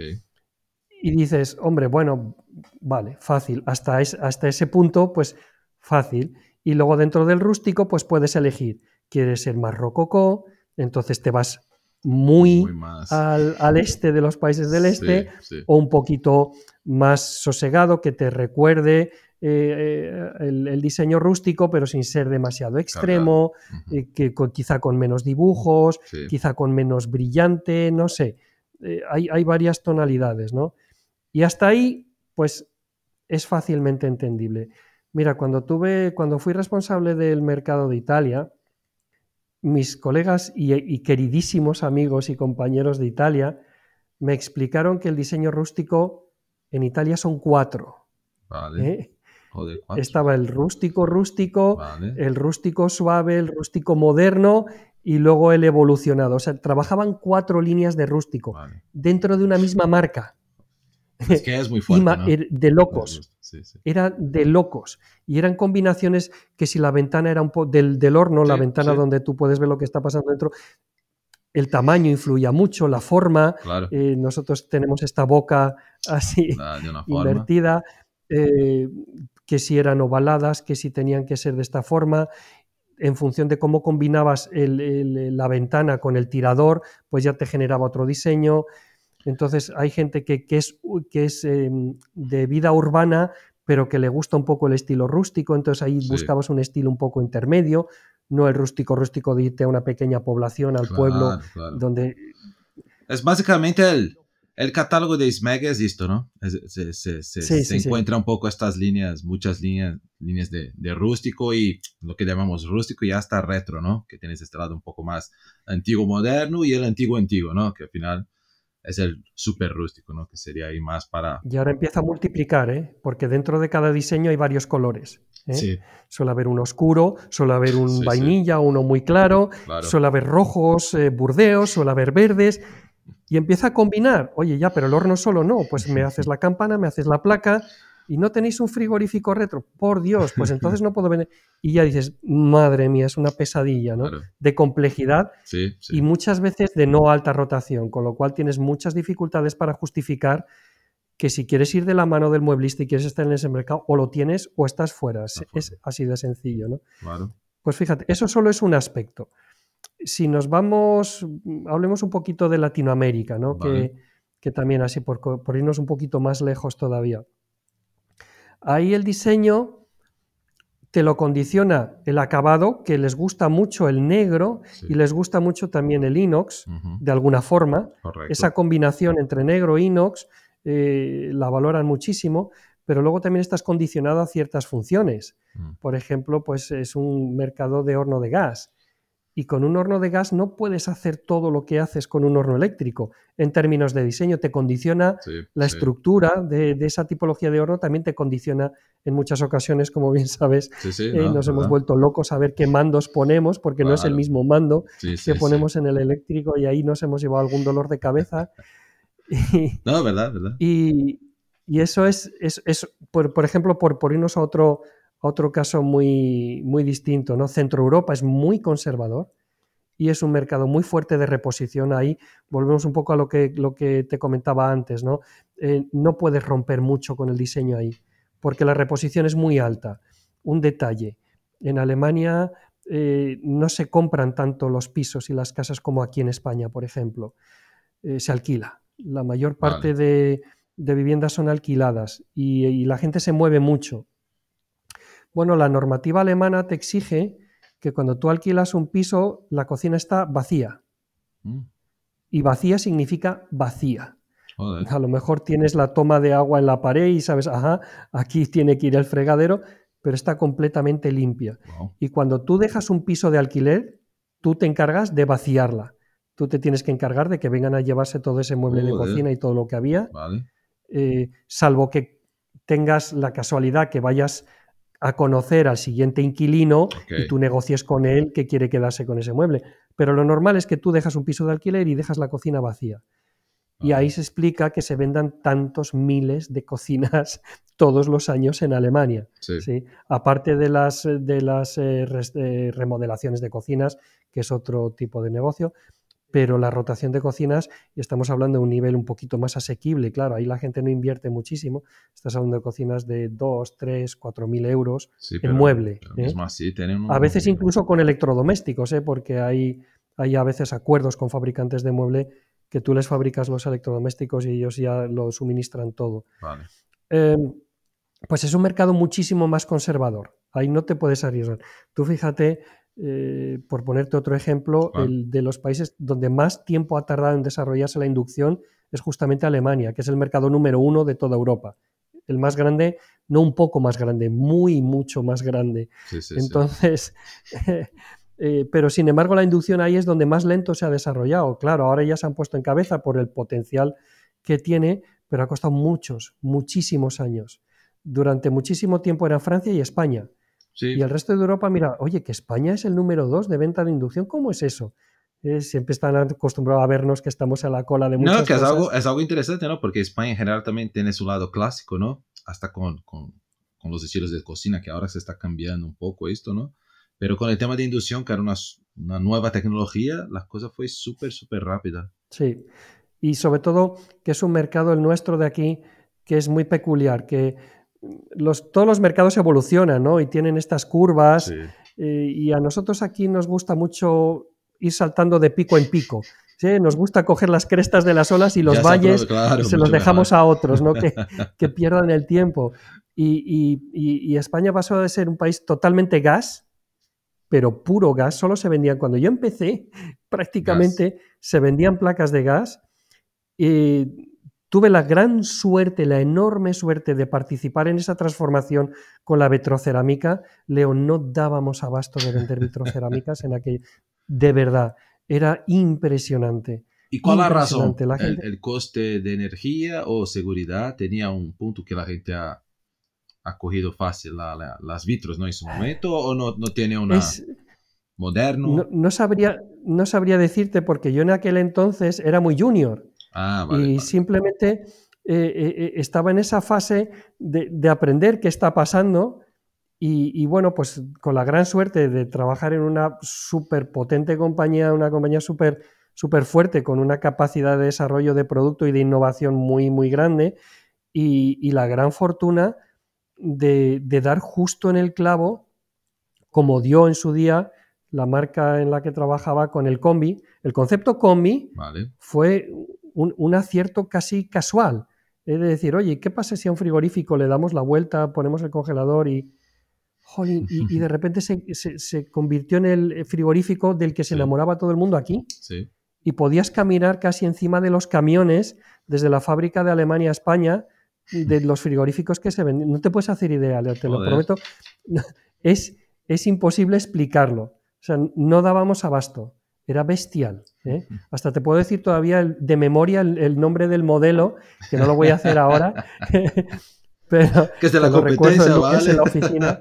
Y dices, hombre, bueno, vale, fácil. Hasta, es, hasta ese punto, pues fácil. Y luego dentro del rústico, pues puedes elegir. ¿Quieres ser más rococó? Entonces te vas muy, Muy más. al, al este de los países del este, Sí, sí. o un poquito más sosegado, que te recuerde eh, el, el diseño rústico, pero sin ser demasiado extremo, Ujú. eh, que con, quizá con menos dibujos, Sí. quizá con menos brillante, no sé. Eh, hay, hay varias tonalidades, ¿no? Y hasta ahí, pues, es fácilmente entendible. Mira, cuando tuve, cuando fui responsable del mercado de Italia, mis colegas y, y queridísimos amigos y compañeros de Italia me explicaron que el diseño rústico en Italia son cuatro. Vale. ¿eh? Joder, cuatro. Estaba el rústico rústico, Vale. el rústico suave, el rústico moderno y luego el evolucionado. O sea, trabajaban cuatro líneas de rústico Vale. dentro de una misma marca. Es que es muy fuerte, Ima- ¿no? er- de locos. Sí, sí. Era de locos. Y eran combinaciones que si la ventana era un poco del, del horno, la Sí, ventana sí. donde tú puedes ver lo que está pasando dentro, el tamaño influía mucho, la forma. Claro. eh, nosotros tenemos esta boca así La- de una forma. invertida, eh, que si eran ovaladas, que si tenían que ser de esta forma. En función de cómo combinabas el- el- la ventana con el tirador, pues ya te generaba otro diseño. Entonces hay gente que, que es, que es eh, de vida urbana, pero que le gusta un poco el estilo rústico, entonces ahí Sí. buscabas un estilo un poco intermedio, no el rústico rústico de irte a una pequeña población, al Claro, pueblo, claro. donde... Es básicamente el, el catálogo de Smeg es esto, ¿no? Es- se se, se, Sí, se sí, sí. encuentra un poco estas líneas, muchas líneas, líneas de, de rústico y lo que llamamos rústico y hasta retro, ¿no? Que tienes este lado un poco más antiguo moderno y el antiguo antiguo, ¿no? Que al final es el súper rústico, ¿no? Que sería ahí más para... Y ahora empieza a multiplicar, ¿eh? Porque dentro de cada diseño hay varios colores. ¿eh? Sí, Suele haber un oscuro, suele haber un Sí, sí. vainilla, uno muy claro, claro. suele haber rojos, eh, burdeos, suele haber verdes, y empieza a combinar. Oye, ya, pero el horno solo no, pues me haces la campana, me haces la placa, y no tenéis un frigorífico retro. Por Dios, pues entonces no puedo vender. Y ya dices, madre mía, es una pesadilla, ¿no? Claro. De complejidad Sí, sí. y muchas veces de no alta rotación, con lo cual tienes muchas dificultades para justificar que si quieres ir de la mano del mueblista y quieres estar en ese mercado, o lo tienes o estás fuera. Está Es fuera. así de sencillo, ¿no? Claro. Pues fíjate, eso solo es un aspecto. Si nos vamos, hablemos un poquito de Latinoamérica, ¿no? Vale. Que, que también así, por, por irnos un poquito más lejos todavía. Ahí el diseño te lo condiciona el acabado, que les gusta mucho el negro Sí. y les gusta mucho también el inox, Ujú. de alguna forma. Correcto. Esa combinación entre negro e inox eh, la valoran muchísimo, pero luego también estás condicionado a ciertas funciones. Mm. Por ejemplo, pues es un mercado de horno de gas. Y con un horno de gas no puedes hacer todo lo que haces con un horno eléctrico. En términos de diseño, te condiciona Sí, la sí. estructura de, de esa tipología de horno, también te condiciona en muchas ocasiones, como bien sabes, Sí, sí, eh, no, nos hemos ¿verdad? vuelto locos a ver qué mandos ponemos, porque no es el Claro. mismo mando Sí, sí, que sí. ponemos en el eléctrico y ahí nos hemos llevado algún dolor de cabeza. Y, No, verdad, verdad. y, y eso es, es, es por, por ejemplo, por, por irnos a otro, a otro caso muy, muy distinto, ¿no? Centro Europa es muy conservador y es un mercado muy fuerte de reposición. Ahí volvemos un poco a lo que, lo que te comentaba antes, ¿no? Eh, no puedes romper mucho con el diseño ahí, porque la reposición es muy alta. Un detalle, en Alemania eh, no se compran tanto los pisos y las casas como aquí en España, por ejemplo. Eh, se alquila. La mayor parte Vale. de, de viviendas son alquiladas y, y la gente se mueve mucho. Bueno, la normativa alemana te exige que cuando tú alquilas un piso, la cocina está vacía. Mm. Y vacía significa vacía. Joder. A lo mejor tienes la toma de agua en la pared y sabes, ajá, aquí tiene que ir el fregadero, pero está completamente limpia. Wow. Y cuando tú dejas un piso de alquiler, tú te encargas de vaciarla. Tú te tienes que encargar de que vengan a llevarse todo ese mueble de Joder. cocina y todo lo que había Vale. eh, salvo que tengas la casualidad que vayas a conocer al siguiente inquilino Okay. y tú negocies con él que quiere quedarse con ese mueble. Pero lo normal es que tú dejas un piso de alquiler y dejas la cocina vacía. Y Ah. ahí se explica que se vendan tantos miles de cocinas todos los años en Alemania. Sí. ¿Sí? Aparte de las, de las eh, res- eh, remodelaciones de cocinas, que es otro tipo de negocio, pero la rotación de cocinas, y estamos hablando de un nivel un poquito más asequible, claro, ahí la gente no invierte muchísimo, estás hablando de cocinas de dos, tres, cuatro mil euros Sí, en pero, mueble. pero ¿eh? mismo así tienen un... A veces incluso con electrodomésticos, ¿eh? Porque hay, hay a veces acuerdos con fabricantes de mueble que tú les fabricas los electrodomésticos y ellos ya lo suministran todo. Vale. Eh, pues es un mercado muchísimo más conservador. Ahí no te puedes arriesgar. Tú fíjate, eh, por ponerte otro ejemplo, ¿Cuál? el de los países donde más tiempo ha tardado en desarrollarse la inducción es justamente Alemania, que es el mercado número uno de toda Europa. El más grande, no un poco más grande, muy, mucho más grande. Sí, sí, Entonces, eh, eh, pero sin embargo la inducción ahí es donde más lento se ha desarrollado. Claro, ahora ya se han puesto en cabeza por el potencial que tiene, pero ha costado muchos, muchísimos años. Durante muchísimo tiempo era Francia y España. sí. Y el resto de Europa, mira, oye, que España es el número dos de venta de inducción, ¿cómo es eso? Eh, siempre están acostumbrados a vernos que estamos a la cola de muchas No, que es cosas. algo, es algo interesante, ¿no? Porque España en general también tiene su lado clásico, ¿no? Hasta con, con, con los estilos de cocina, que ahora se está cambiando un poco esto, ¿no? Pero con el tema de inducción, que era una, una nueva tecnología, la cosa fue súper, súper rápida. Sí, y sobre todo que es un mercado, el nuestro de aquí, que es muy peculiar, que los, todos los mercados evolucionan, ¿no? Y tienen estas curvas, Sí. eh, y a nosotros aquí nos gusta mucho ir saltando de pico en pico. ¿Sí? Nos gusta coger las crestas de las olas y los Ya se valles aprove- claro, y se mucho los dejamos mejor. a otros, ¿no? Que, que pierdan el tiempo. Y, y- y- y España pasó de ser un país totalmente gas, pero puro gas, solo se vendían, cuando yo empecé, prácticamente se vendían placas de gas. Y tuve la gran suerte, la enorme suerte de participar en esa transformación con la vitrocerámica. Leo, no dábamos abasto de vender vitrocerámicas en aquel... De verdad, era impresionante. ¿Y cuál es la razón? Impresionante. La ¿El, gente... el coste de energía o seguridad tenía un punto que la gente ha, ha cogido fácil la- la- las vitros, ¿no? En su momento, o no, no tiene una es, moderno? no, no sabría, no sabría decirte porque yo en aquel entonces era muy junior. Ah, vale, Y vale. simplemente eh, eh, estaba en esa fase de, de aprender qué está pasando y, y, bueno, pues con la gran suerte de trabajar en una súper potente compañía, una compañía súper súper fuerte, con una capacidad de desarrollo de producto y de innovación muy, muy grande y, y la gran fortuna de, de dar justo en el clavo, como dio en su día la marca en la que trabajaba con el combi. El concepto combi Vale. fue un, un acierto casi casual. Es decir, oye, ¿qué pasa si a un frigorífico le damos la vuelta, ponemos el congelador y, jolín, y, y de repente se, se, se convirtió en el frigorífico del que se Sí. enamoraba todo el mundo aquí? Sí. Y podías caminar casi encima de los camiones desde la fábrica de Alemania a España, de los frigoríficos que se venden. No te puedes hacer idea, Leo, te lo Joder. prometo. Es, es imposible explicarlo. O sea, no dábamos abasto. Era bestial. ¿eh? Hasta te puedo decir todavía el- de memoria el, el nombre del modelo, que no lo voy a hacer ahora, pero Que es de la que lo recuerdo competencia, el lunes ¿vale? en la oficina.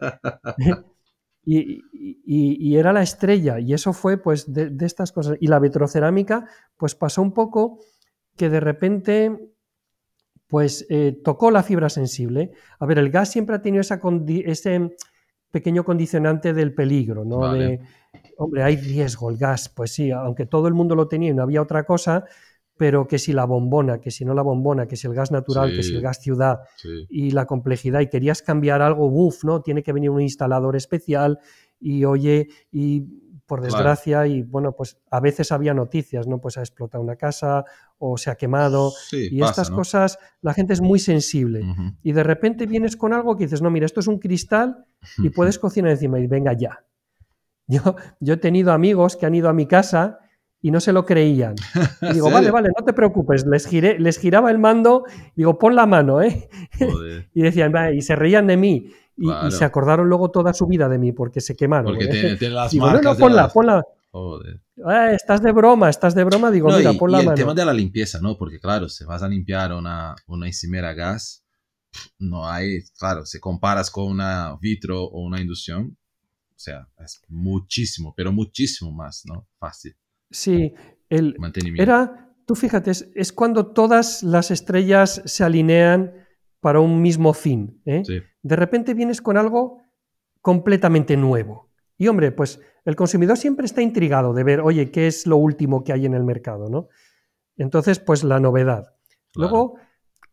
Y, y- y era la estrella, y eso fue pues de, de estas cosas. Y la vitrocerámica pues pasó un poco que de repente pues eh, tocó la fibra sensible. A ver, el gas siempre ha tenido esa condi- ese pequeño condicionante del peligro, ¿no? Vale. De, hombre, hay riesgo, el gas, pues sí, aunque todo el mundo lo tenía y no había otra cosa, pero que si la bombona, que si no la bombona, que si el gas natural, que si el Sí, gas ciudad sí. y la complejidad y querías cambiar algo, uff, ¿no? Tiene que venir un instalador especial y oye, y por Claro. desgracia, y bueno, pues a veces había noticias, ¿no? Pues ha explotado una casa o se ha quemado Sí, y pasa, estas ¿no? cosas, la gente es muy sensible. Ujú. Y de repente vienes con algo que dices, no, mira, esto es un cristal y puedes cocinar encima y venga ya. Yo, yo he tenido amigos que han ido a mi casa y no se lo creían. Y digo, ¿En vale, serio? vale, no te preocupes. Les, giré, les giraba el mando, digo, pon la mano, ¿eh? Joder. Y decían, "Va", y se reían de mí. Y, Claro. y se acordaron luego toda su vida de mí porque se quemaron. Porque ¿eh? tiene, tiene las Digo, no, marcas no, de ponla, las... ponla. Joder. Ah, estás de broma, estás de broma, digo, No, mira, y, pon y la el mano. tema de la limpieza, ¿no? Porque claro, si vas a limpiar una, una encimera a gas, no hay, claro, si comparas con una vitro o una inducción, o sea, es muchísimo, pero muchísimo más, ¿no? Fácil. Sí, el, Mantenimiento. era, tú fíjate, es, es cuando todas las estrellas se alinean para un mismo fin, ¿eh? Sí, De repente vienes con algo completamente nuevo. Y hombre, pues el consumidor siempre está intrigado de ver, oye, ¿qué es lo último que hay en el mercado, ¿no? Entonces, pues la novedad. claro. Luego,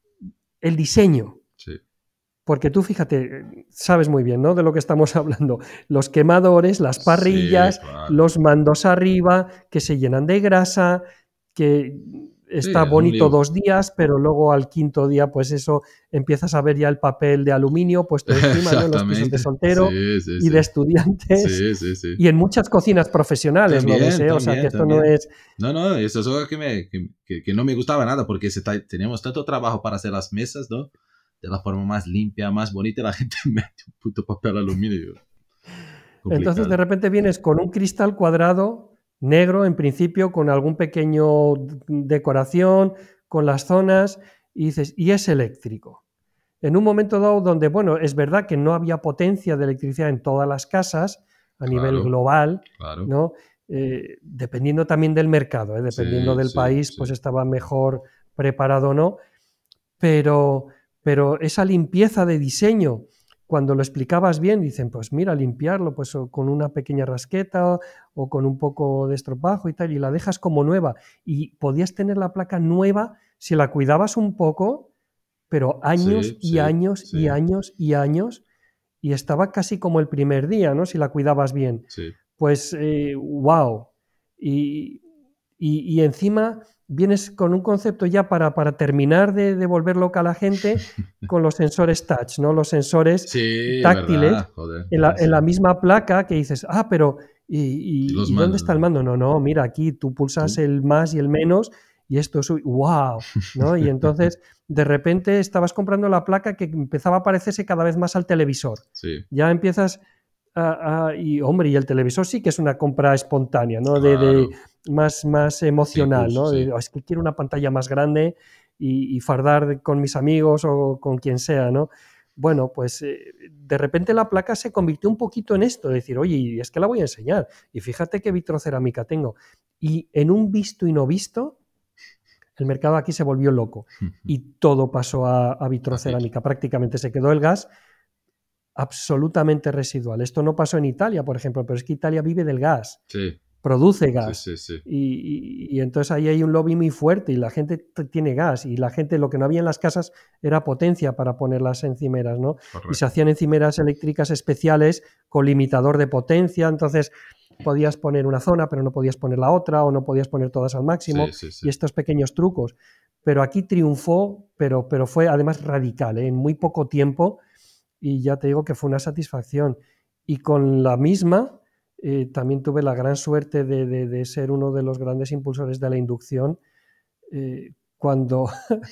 el diseño. Sí, Porque tú fíjate, sabes muy bien, ¿no? De lo que estamos hablando. Los quemadores, las sí, parrillas, claro. los mandos arriba, que se llenan de grasa, que Sí, está es un bonito lío. dos días, pero luego al quinto día, pues eso, empiezas a ver ya el papel de aluminio puesto encima, ¿no? En los pisos de Exactamente. soltero Sí, sí, y de sí. estudiantes Sí, sí, sí. y en muchas cocinas profesionales lo ves, También, ¿eh? O sea, que también, esto no también. es... No, no, eso es algo que, me, que, que, que no me gustaba nada porque se ta- teníamos tanto trabajo para hacer las mesas, ¿no? De la forma más limpia, más bonita, y la gente mete un puto papel aluminio. Entonces, de Complicado. repente vienes con un cristal cuadrado, negro en principio, con algún pequeño decoración, con las zonas, y dices, y es eléctrico. En un momento dado donde, bueno, es verdad que no había potencia de electricidad en todas las casas a nivel Claro, global, claro. ¿no? Eh, dependiendo también del mercado, ¿eh? Dependiendo Sí, del sí, país, pues sí. estaba mejor preparado o no, pero, pero esa limpieza de diseño, cuando lo explicabas bien, dicen, pues mira, limpiarlo pues, o con una pequeña rasqueta o, o con un poco de estropajo y tal, y la dejas como nueva. Y podías tener la placa nueva si la cuidabas un poco, pero años Sí, y sí, años y sí, años y años, y estaba casi como el primer día, ¿no? Si la cuidabas bien. sí. Pues, eh, wow. Y, y, y, encima vienes con un concepto ya para, para terminar de, de volver loca a la gente con los sensores touch, ¿no? Los sensores Sí, táctiles verdad, joder, en la, sí, en sí. la misma placa que dices, ah, pero ¿y, Y los y, y dónde mandos, está el ¿no? mando? No, no, mira, aquí tú pulsas Tú. el más y el menos y esto es, wow, ¿no? Y entonces de repente estabas comprando la placa que empezaba a parecerse cada vez más al televisor. Sí, Ya empiezas a, a, y hombre, y el televisor sí que es una compra espontánea, ¿no? De, de claro. más, más De emocional, impulso, ¿no? sí. De, oh, es que quiero una pantalla más grande y, y fardar con mis amigos o con quien sea, ¿no? Bueno, pues eh, de repente la placa se convirtió un poquito en esto, de decir, oye, es que la voy a enseñar, y fíjate qué vitrocerámica tengo. Y en un visto y no visto, el mercado aquí se volvió loco y todo pasó a, a A vitro. vitrocerámica. Prácticamente se quedó el gas absolutamente residual. Esto no pasó en Italia, por ejemplo, pero es que Italia vive del gas, Sí, produce sí, gas. sí, sí. Y, y, y entonces ahí hay un lobby muy fuerte y la gente tiene gas y la gente lo que no había en las casas era potencia para poner las encimeras, ¿no? Y se Correcto. hacían encimeras eléctricas especiales con limitador de potencia, entonces podías poner una zona pero no podías poner la otra o no podías poner todas al Sí, máximo sí, sí. y estos pequeños trucos. Pero aquí triunfó, pero, pero fue además radical, ¿eh? En muy poco tiempo y ya te digo que fue una satisfacción. Y con la misma, eh, también tuve la gran suerte de, de, de, ser uno de los grandes impulsores de la inducción. Eh, cuando,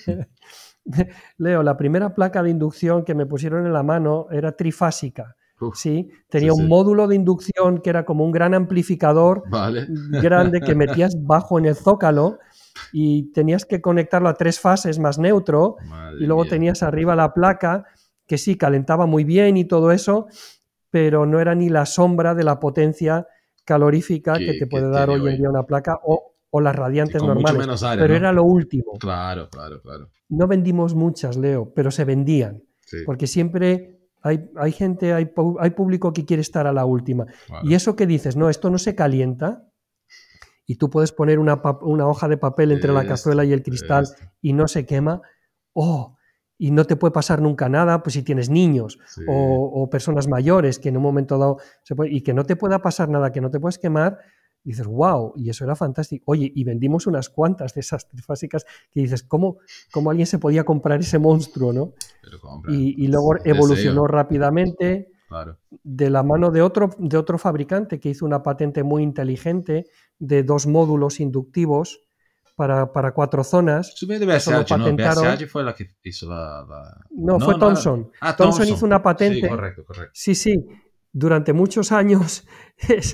Leo, la primera placa de inducción que me pusieron en la mano era trifásica. Uf, ¿Sí? sí, Tenía un sí. módulo de inducción que era como un gran amplificador Vale. grande que metías bajo en el zócalo y tenías que conectarlo a tres fases más neutro y Madre luego mía. tenías arriba la placa que sí calentaba muy bien y todo eso, pero no era ni la sombra de la potencia calorífica que Que, te que puede dar tiene hoy en hoy. día una placa o, o las Y radiantes con mucho normales, menos área, pero ¿no? era lo último. Claro, claro, claro. No vendimos muchas, Leo, pero se vendían, Sí, porque siempre hay, hay gente, hay, hay público que quiere estar a la última. Y claro. eso que dices, no, esto no se calienta, y tú puedes poner una, una hoja de papel entre la Esto, cazuela y el cristal esto. y no se quema, oh, y no te puede pasar nunca nada, pues si tienes niños Sí. o, o personas mayores que en un momento dado se puede, y que no te pueda pasar nada, que no te puedes quemar, dices, wow, y eso era fantástico. Oye, y vendimos unas cuantas de esas trifásicas que dices, ¿cómo, cómo alguien se podía comprar ese monstruo, ¿no? Pero compra. Y, y Es luego un evolucionó deseo. rápidamente Claro. de la mano de otro, de otro fabricante que hizo una patente muy inteligente de dos módulos inductivos para, para cuatro zonas. Eso viene de Eso lo B S H, ¿no? patentaron. B S H fue la que hizo la, la... No, fue No, no era. Thomson. Ah, Thomson hizo Thomson. una Sí, patente. correcto, correcto. Sí, sí. Durante muchos años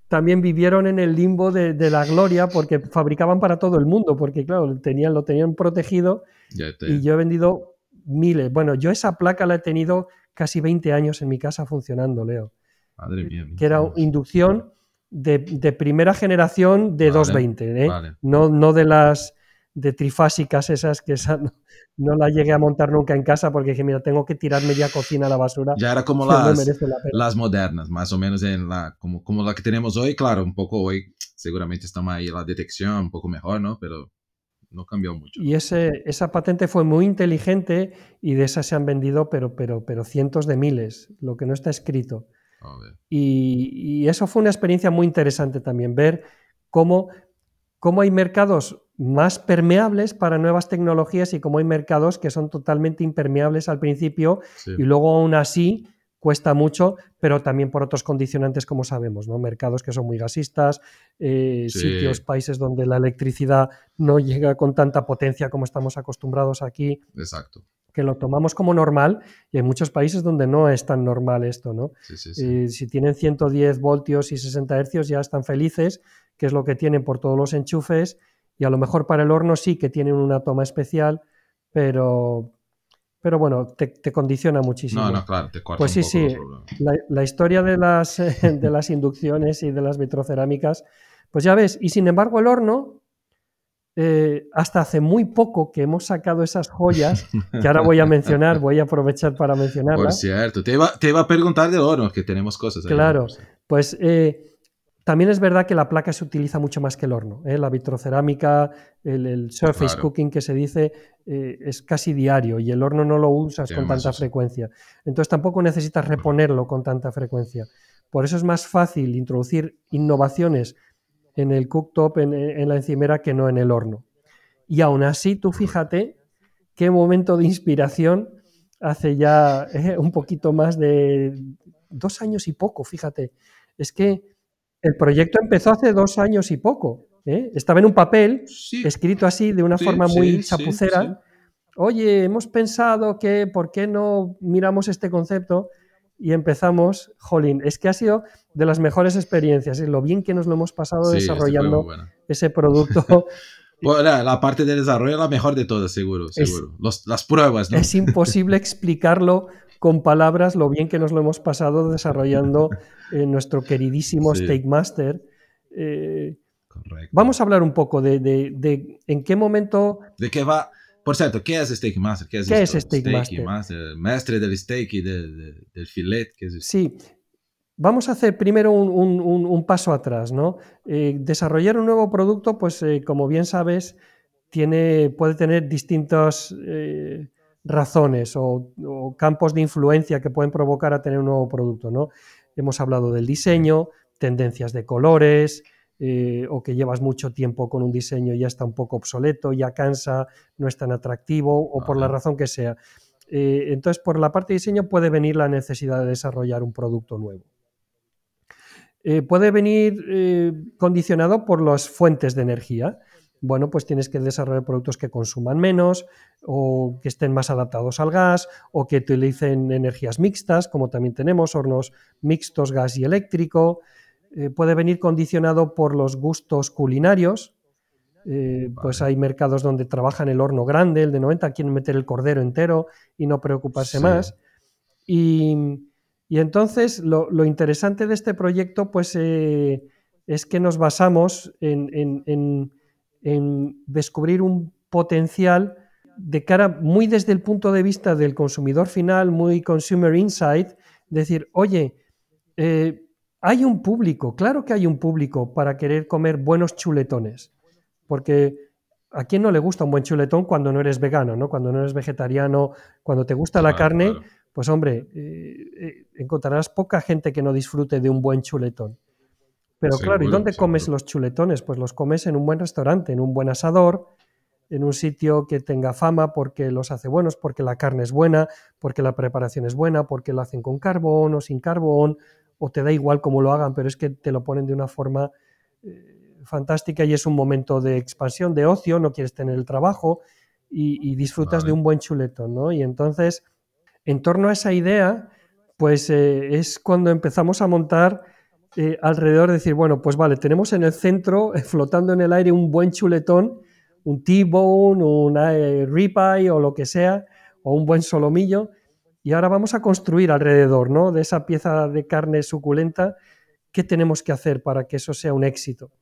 también vivieron en el limbo de, de la gloria porque fabricaban para todo el mundo, porque claro, tenían, lo tenían protegido Ya te... y yo he vendido miles. Bueno, yo esa placa la he tenido casi veinte años en mi casa funcionando, Leo. Madre mía. Que era Dios. inducción de, de primera generación de Vale, doscientos veinte, ¿eh? vale. No, no de las de trifásicas esas que esa no, no la llegué a montar nunca en casa porque dije, mira, tengo que tirar media cocina a la basura. Ya era como que no las, merece la pena. las modernas, más o menos en la, como, como la que tenemos hoy. Claro, un poco hoy seguramente estamos ahí la detección un poco mejor, ¿no? Pero no cambió mucho. Y ese, esa patente fue muy inteligente y de esas se han vendido pero, pero, pero cientos de miles, lo que no está escrito. A ver. Y, y eso fue una experiencia muy interesante también, ver cómo, cómo hay mercados más permeables para nuevas tecnologías y cómo hay mercados que son totalmente impermeables al principio Sí. y luego aún así cuesta mucho, pero también por otros condicionantes, como sabemos, ¿no? Mercados que son muy gasistas, eh, Sí. sitios, países donde la electricidad no llega con tanta potencia como estamos acostumbrados aquí, Exacto. que lo tomamos como normal, y hay muchos países donde no es tan normal esto, ¿no? Sí, sí, sí. Eh, si tienen ciento diez voltios y sesenta hercios ya están felices, que es lo que tienen por todos los enchufes, y a lo mejor para el horno sí que tienen una toma especial, pero, pero bueno, te, te condiciona muchísimo. No, no, claro, te corta Pues sí, un poco sí, los problemas. la, la historia de las, de las inducciones y de las vitrocerámicas, pues ya ves, y sin embargo el horno, eh, hasta hace muy poco que hemos sacado esas joyas, que ahora voy a mencionar, voy a aprovechar para Por mencionarlas. cierto, te iba, te iba a preguntar del horno, que tenemos cosas ahí. Claro, ¿No? pues eh, también es verdad que la placa se utiliza mucho más que el horno, ¿eh? La vitrocerámica, el, el surface Claro. cooking que se dice, eh, es casi diario y el horno no lo usas Tiene con más tanta uso. frecuencia. Entonces tampoco necesitas reponerlo con tanta frecuencia. Por eso es más fácil introducir innovaciones en el cooktop, en, en la encimera, que no en el horno. Y aún así, tú fíjate qué momento de inspiración hace ya eh, un poquito más de dos años y poco, fíjate. Es que el proyecto empezó hace dos años y poco. ¿eh? Estaba en un papel, Sí, escrito así, de una sí, forma muy sí, sí, chapucera. sí. Oye, hemos pensado que, ¿por qué no miramos este concepto? Y empezamos, jolín, es que ha sido de las mejores experiencias, ¿eh? Lo bien que nos lo hemos pasado Sí, este fue muy desarrollando buena. ese producto. Bueno, la, la parte de desarrollo es la mejor de todas, seguro, Es- seguro. Los, las pruebas, ¿no? Es imposible explicarlo con palabras lo bien que nos lo hemos pasado desarrollando eh, nuestro queridísimo Sí. Steak Master. Eh, Correcto. vamos a hablar un poco de, de- de en qué momento, ¿De qué va? Por cierto, ¿qué es Steak Master? ¿Qué es ¿Qué esto? es Steak Master? Master, el maestre del steak y de- de- del filet. ¿Qué es esto? sí, vamos a hacer primero un, un- un- un paso atrás, ¿no? Eh, desarrollar un nuevo producto, pues eh, como bien sabes, tiene, puede tener distintas eh, razones o, o campos de influencia que pueden provocar a tener un nuevo producto, ¿no? Hemos hablado del diseño, tendencias de colores, eh, o que llevas mucho tiempo con un diseño y ya está un poco obsoleto, ya cansa, no es tan atractivo o por la Vale. razón que sea. Eh, entonces, por la parte de diseño puede venir la necesidad de desarrollar un producto nuevo. Eh, puede venir eh, condicionado por las fuentes de energía. Bueno, pues tienes que desarrollar productos que consuman menos o que estén más adaptados al gas o que utilicen energías mixtas, como también tenemos hornos mixtos, gas y eléctrico. Eh, puede venir condicionado por los gustos culinarios. Eh, Vale. Pues hay mercados donde trabajan el horno grande, el de noventa, quieren meter el cordero entero y no preocuparse Sí. más. Y, y entonces lo, lo interesante de este proyecto pues, eh, es que nos basamos en, en- en- en descubrir un potencial de cara muy desde el punto de vista del consumidor final, muy consumer insight, decir, oye, eh, hay un público, claro que hay un público para querer comer buenos chuletones, porque ¿a quién no le gusta un buen chuletón cuando no eres vegano, ¿no? Cuando no eres vegetariano, cuando te gusta la Claro, carne, claro. pues hombre, eh, eh, encontrarás poca gente que no disfrute de un buen chuletón. Pero claro, ¿y Seguro, dónde comes seguro. los chuletones? Pues los comes en un buen restaurante, en un buen asador, en un sitio que tenga fama porque los hace buenos, porque la carne es buena, porque la preparación es buena, porque lo hacen con carbón o sin carbón, o te da igual cómo lo hagan, pero es que te lo ponen de una forma eh, fantástica y es un momento de expansión, de ocio, no quieres tener el trabajo y, y disfrutas Vale. de un buen chuletón, ¿no? Y entonces, en torno a esa idea, pues eh, es cuando empezamos a montar eh, alrededor, decir, bueno, pues vale, tenemos en el centro, eh, flotando en el aire, un buen chuletón, un T-bone, un eh, ribeye o lo que sea, o un buen solomillo, y ahora vamos a construir alrededor, ¿no?, de esa pieza de carne suculenta, ¿qué tenemos que hacer para que eso sea un éxito?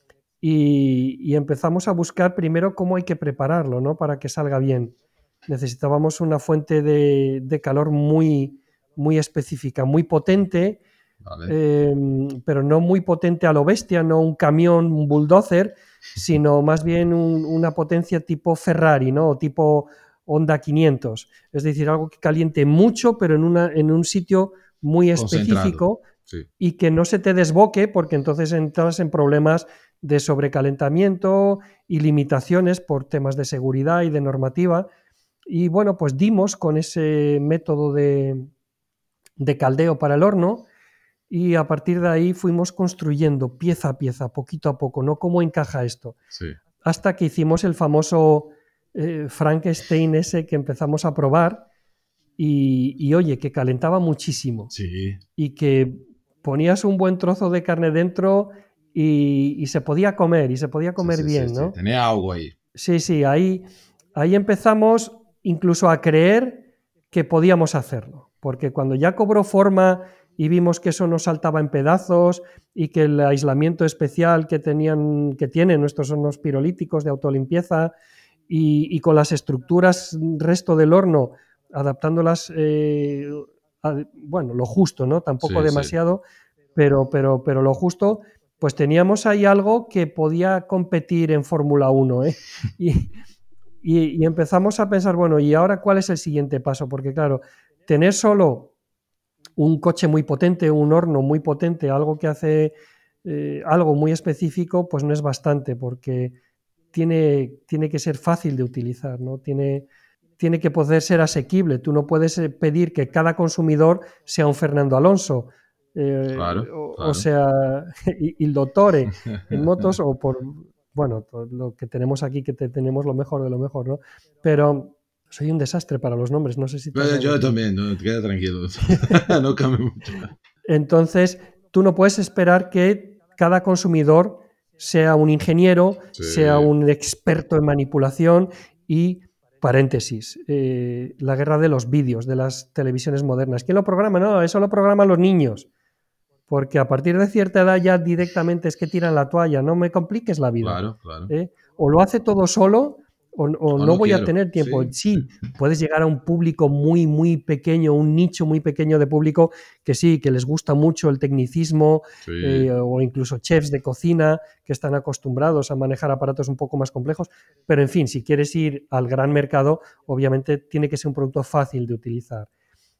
Y, y empezamos a buscar primero cómo hay que prepararlo, ¿no?, para que salga bien. Necesitábamos una fuente de, de calor muy, muy específica, muy potente, Vale. eh, pero no muy potente a lo bestia, no un camión, un bulldozer, sino más bien un, una potencia tipo Ferrari, ¿no?, o tipo Honda quinientos. Es decir, algo que caliente mucho, pero en, una, en un sitio muy específico, sí, y que no se te desboque, porque entonces entras en problemas de sobrecalentamiento y limitaciones por temas de seguridad y de normativa. Y bueno, pues dimos con ese método de, de caldeo para el horno, y a partir de ahí fuimos construyendo pieza a pieza, poquito a poco, ¿no?, cómo encaja esto. sí. Hasta que hicimos el famoso eh, Frankenstein ese que empezamos a probar, y, y oye, que calentaba muchísimo. Sí. Y que ponías un buen trozo de carne dentro y, y se podía comer, y se podía comer sí, sí, bien, sí, ¿no? Sí. Tenía algo ahí. Sí, sí, ahí, ahí empezamos incluso a creer que podíamos hacerlo, porque cuando ya cobró forma y vimos que eso no saltaba en pedazos y que el aislamiento especial que, tenían, que tienen nuestros hornos pirolíticos de autolimpieza y, y con las estructuras resto del horno, adaptándolas, eh, a, bueno, lo justo, ¿no? Tampoco Sí, demasiado, sí. pero, pero, pero lo justo, pues teníamos ahí algo que podía competir en Fórmula uno, ¿eh? Y, y, y empezamos a pensar, bueno, ¿y ahora cuál es el siguiente paso? Porque claro, tener solo un coche muy potente, un horno muy potente, algo que hace eh, algo muy específico, pues no es bastante, porque tiene, tiene que ser fácil de utilizar, ¿no? Tiene, tiene que poder ser asequible. Tú no puedes pedir que cada consumidor sea un Fernando Alonso, eh, Claro, o, claro. o sea, il dottore en motos, o por, bueno, lo que tenemos aquí, que te, tenemos lo mejor de lo mejor, ¿no? Pero soy un desastre para los nombres, no sé si te has Pero dado yo cuenta. también, no, queda tranquilo. No cambia mucho. Entonces, tú no puedes esperar que cada consumidor sea un ingeniero, Sí. sea un experto en manipulación y, paréntesis, eh, la guerra de los vídeos, de las televisiones modernas. ¿Quién lo programa? No, eso lo programan los niños. Porque a partir de cierta edad ya directamente es que tiran la toalla. No me compliques la vida. Claro, claro. ¿eh? O lo hace todo solo, o, o, O no, no voy quiero. a tener tiempo. Sí. Sí, puedes llegar a un público muy, muy pequeño, un nicho muy pequeño de público que sí, que les gusta mucho el tecnicismo, Sí. eh, o incluso chefs de cocina que están acostumbrados a manejar aparatos un poco más complejos. Pero en fin, si quieres ir al gran mercado, obviamente tiene que ser un producto fácil de utilizar.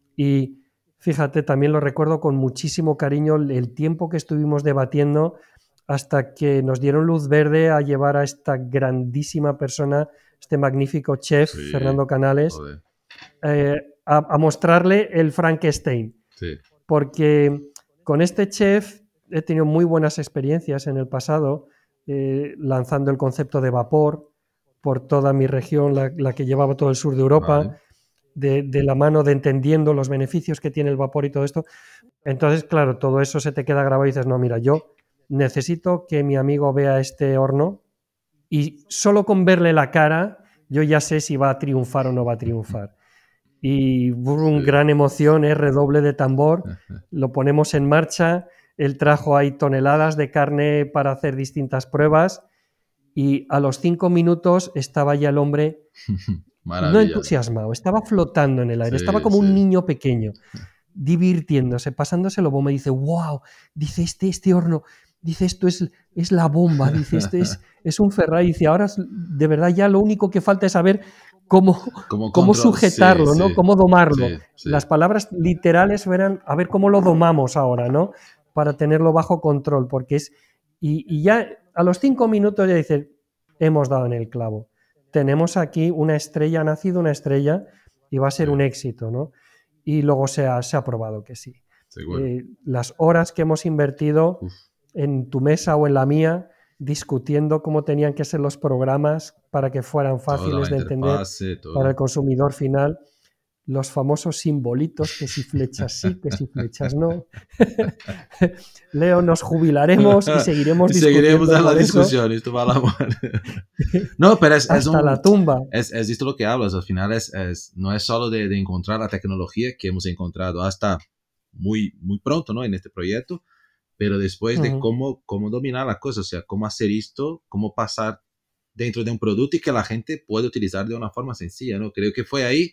Y fíjate, también lo recuerdo con muchísimo cariño el tiempo que estuvimos debatiendo hasta que nos dieron luz verde a llevar a esta grandísima persona, este magnífico chef, Sí, Fernando Canales, eh, a, a mostrarle el Frankenstein. Sí. Porque con este chef he tenido muy buenas experiencias en el pasado, eh, lanzando el concepto de vapor por toda mi región, la, la que llevaba todo el sur de Europa. Vale. De, de la mano de entendiendo los beneficios que tiene el vapor y todo esto. Entonces, claro, todo eso se te queda grabado y dices, no, mira, yo necesito que mi amigo vea este horno y solo con verle la cara yo ya sé si va a triunfar o no va a triunfar. Y brum, Sí. gran emoción, ¿eh? Redoble de tambor, lo ponemos en marcha, él trajo ahí toneladas de carne para hacer distintas pruebas y a los cinco minutos estaba ya el hombre no entusiasmado, estaba flotando en el aire, Sí, estaba como sí. un niño pequeño, divirtiéndose, pasándose lo bomba. Dice, wow, dice, este, este horno, dice, esto es, es la bomba, dice, este es, es un Ferrari. Dice, ahora de verdad ya lo único que falta es saber cómo, Como cómo control, sujetarlo, sí, ¿no? sí. Cómo domarlo. Sí, sí. Las palabras literales eran, a ver cómo lo domamos ahora, ¿no? Para tenerlo bajo control, porque es... Y, y ya a los cinco minutos ya dice, hemos dado en el clavo. Tenemos aquí una estrella, ha nacido una estrella y va a ser Sí. un éxito, ¿no? Y luego se ha, se ha probado que sí. Seguro. Eh, las horas que hemos invertido Uf. en tu mesa o en la mía discutiendo cómo tenían que ser los programas para que fueran Toda fáciles la de entender interfase, todo. para el consumidor final. los famosos simbolitos, que si flechas sí, que si flechas no. Leo, nos jubilaremos y seguiremos y discutiendo seguiremos en la por eso discusión, esto va a la muerte. No, pero es, es hasta un, la tumba. Es, es esto lo que hablas, al final es, es, no es solo de, de encontrar la tecnología que hemos encontrado hasta muy, muy pronto, ¿no? En este proyecto, pero después de Ujú. cómo, cómo dominar la cosa, o sea, cómo hacer esto, cómo pasar dentro de un producto y que la gente pueda utilizar de una forma sencilla, ¿no? Creo que fue ahí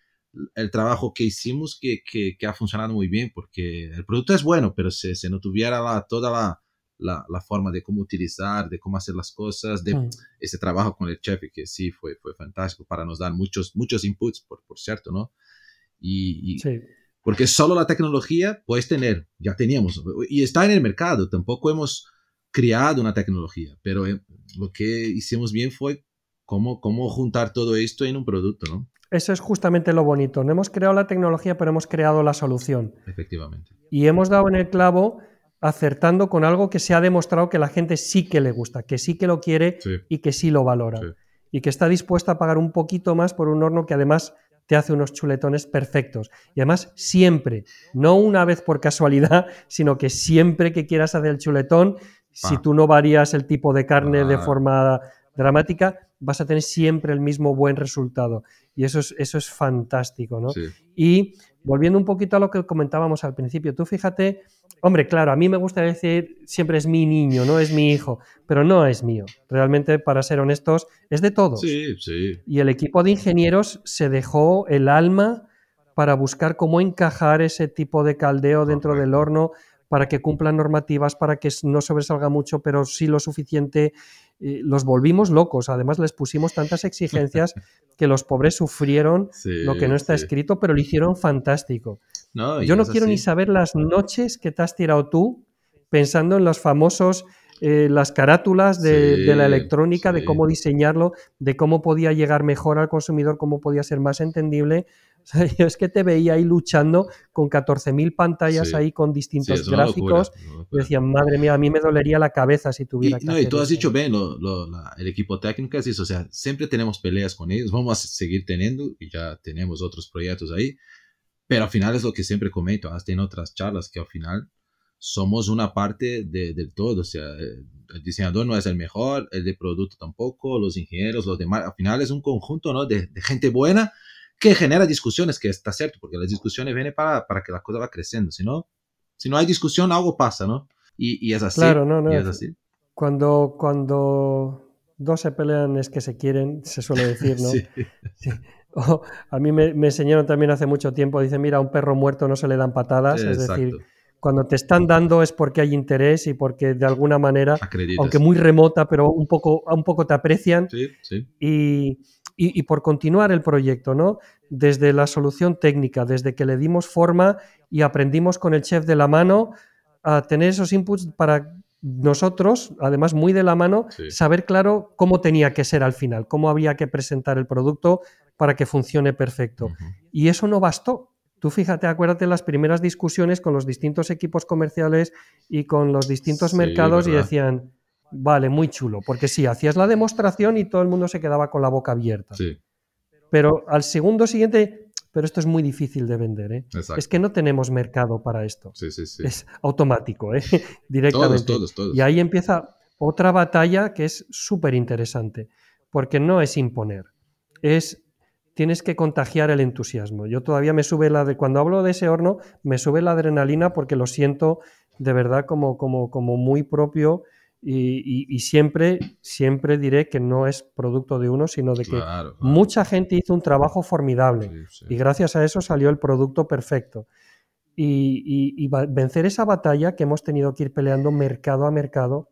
el trabajo que hicimos que, que, que ha funcionado muy bien, porque el producto es bueno, pero si, si no tuviera la, toda la, la, la forma de cómo utilizar, de cómo hacer las cosas, de Mm. ese trabajo con el chef, que sí fue, fue fantástico para nos dar muchos, muchos inputs, por, por cierto, ¿no? Y, y Sí. porque solo la tecnología puedes tener, ya teníamos, y está en el mercado, tampoco hemos creado una tecnología, pero eh, lo que hicimos bien fue cómo, cómo juntar todo esto en un producto, ¿no? Eso es justamente lo bonito. No hemos creado la tecnología, pero hemos creado la solución. Efectivamente. Y hemos dado en el clavo acertando con algo que se ha demostrado que la gente sí que le gusta, que sí que lo quiere Sí. y que sí lo valora. Sí. Y que está dispuesta a pagar un poquito más por un horno que además te hace unos chuletones perfectos. Y además siempre, no una vez por casualidad, sino que siempre que quieras hacer el chuletón, si Pa. tú no varías el tipo de carne de Ah. forma dramática, vas a tener siempre el mismo buen resultado. Y eso es, eso es fantástico, ¿no? Sí. Y volviendo un poquito a lo que comentábamos al principio, tú fíjate, hombre, claro, a mí me gusta decir siempre es mi niño, no es mi hijo, pero no es mío. Realmente, para ser honestos, es de todos. Sí, sí. Y el equipo de ingenieros se dejó el alma para buscar cómo encajar ese tipo de caldeo dentro Correcto. del horno para que cumplan normativas, para que no sobresalga mucho, pero sí lo suficiente. Eh, los volvimos locos. Además, les pusimos tantas exigencias que los pobres sufrieron Sí, lo que no está sí. escrito, pero lo hicieron fantástico. No, y Yo no es quiero ni así. saber las noches que te has tirado tú pensando en los famosos, eh, las carátulas de, Sí, de la electrónica, sí. de cómo diseñarlo, de cómo podía llegar mejor al consumidor, cómo podía ser más entendible. O sea, yo es que te veía ahí luchando con catorce mil pantallas Sí. ahí con Sí, distintos es una locura. gráficos. Una Y locura. decían, madre mía, a mí me dolería la cabeza si tuviera Y, que no, y hacer tú has eso. dicho bien, lo, lo, la- el equipo técnico es eso, o sea, siempre tenemos peleas con ellos, vamos a seguir teniendo y ya tenemos otros proyectos ahí, pero al final es lo que siempre comento, hasta en otras charlas, que al final somos una parte de, del todo, o sea, el, el diseñador no es el mejor, el de producto tampoco, los ingenieros, los demás, al final es un conjunto, ¿no? de, de gente buena que genera discusiones, que está cierto, porque las discusiones vienen para, para que la cosa va creciendo, si no, si no hay discusión, algo pasa, ¿no? Y, y es así, Claro, no, y no. es así. Cuando, cuando dos se pelean es que se quieren, se suele decir, ¿no? Sí. Sí. O, a mí me, me enseñaron también hace mucho tiempo, dice, mira, a un perro muerto no se le dan patadas, es decir, Exacto. cuando te están dando es porque hay interés y porque de alguna manera, Acreditas. aunque muy remota, pero un poco, un poco te aprecian. Sí, sí. Y, y, y por continuar el proyecto, ¿no? Desde la solución técnica, desde que le dimos forma y aprendimos con el chef de la mano a tener esos inputs para nosotros, además muy de la mano, Sí. saber claro cómo tenía que ser al final, cómo había que presentar el producto para que funcione perfecto. Ujú. Y eso no bastó. Tú fíjate, acuérdate las primeras discusiones con los distintos equipos comerciales y con los distintos Sí, mercados y verdad. decían, vale, muy chulo, porque sí, hacías la demostración y todo el mundo se quedaba con la boca abierta. Sí, Pero al segundo siguiente, pero esto es muy difícil de vender, ¿eh? exacto. Es que no tenemos mercado para esto. Sí, sí, sí. Es automático, ¿eh? Directamente. Todos, todos, todos. Y ahí empieza otra batalla que es súper interesante, porque no es imponer, es tienes que contagiar el entusiasmo. Yo todavía me sube la de cuando hablo de ese horno, me sube la adrenalina porque lo siento de verdad como, como, como muy propio y, y, y siempre, siempre diré que no es producto de uno, sino de que Claro, claro. mucha gente hizo un trabajo formidable Sí, sí. y gracias a eso salió el producto perfecto. Y, y, y va- vencer esa batalla que hemos tenido que ir peleando mercado a mercado,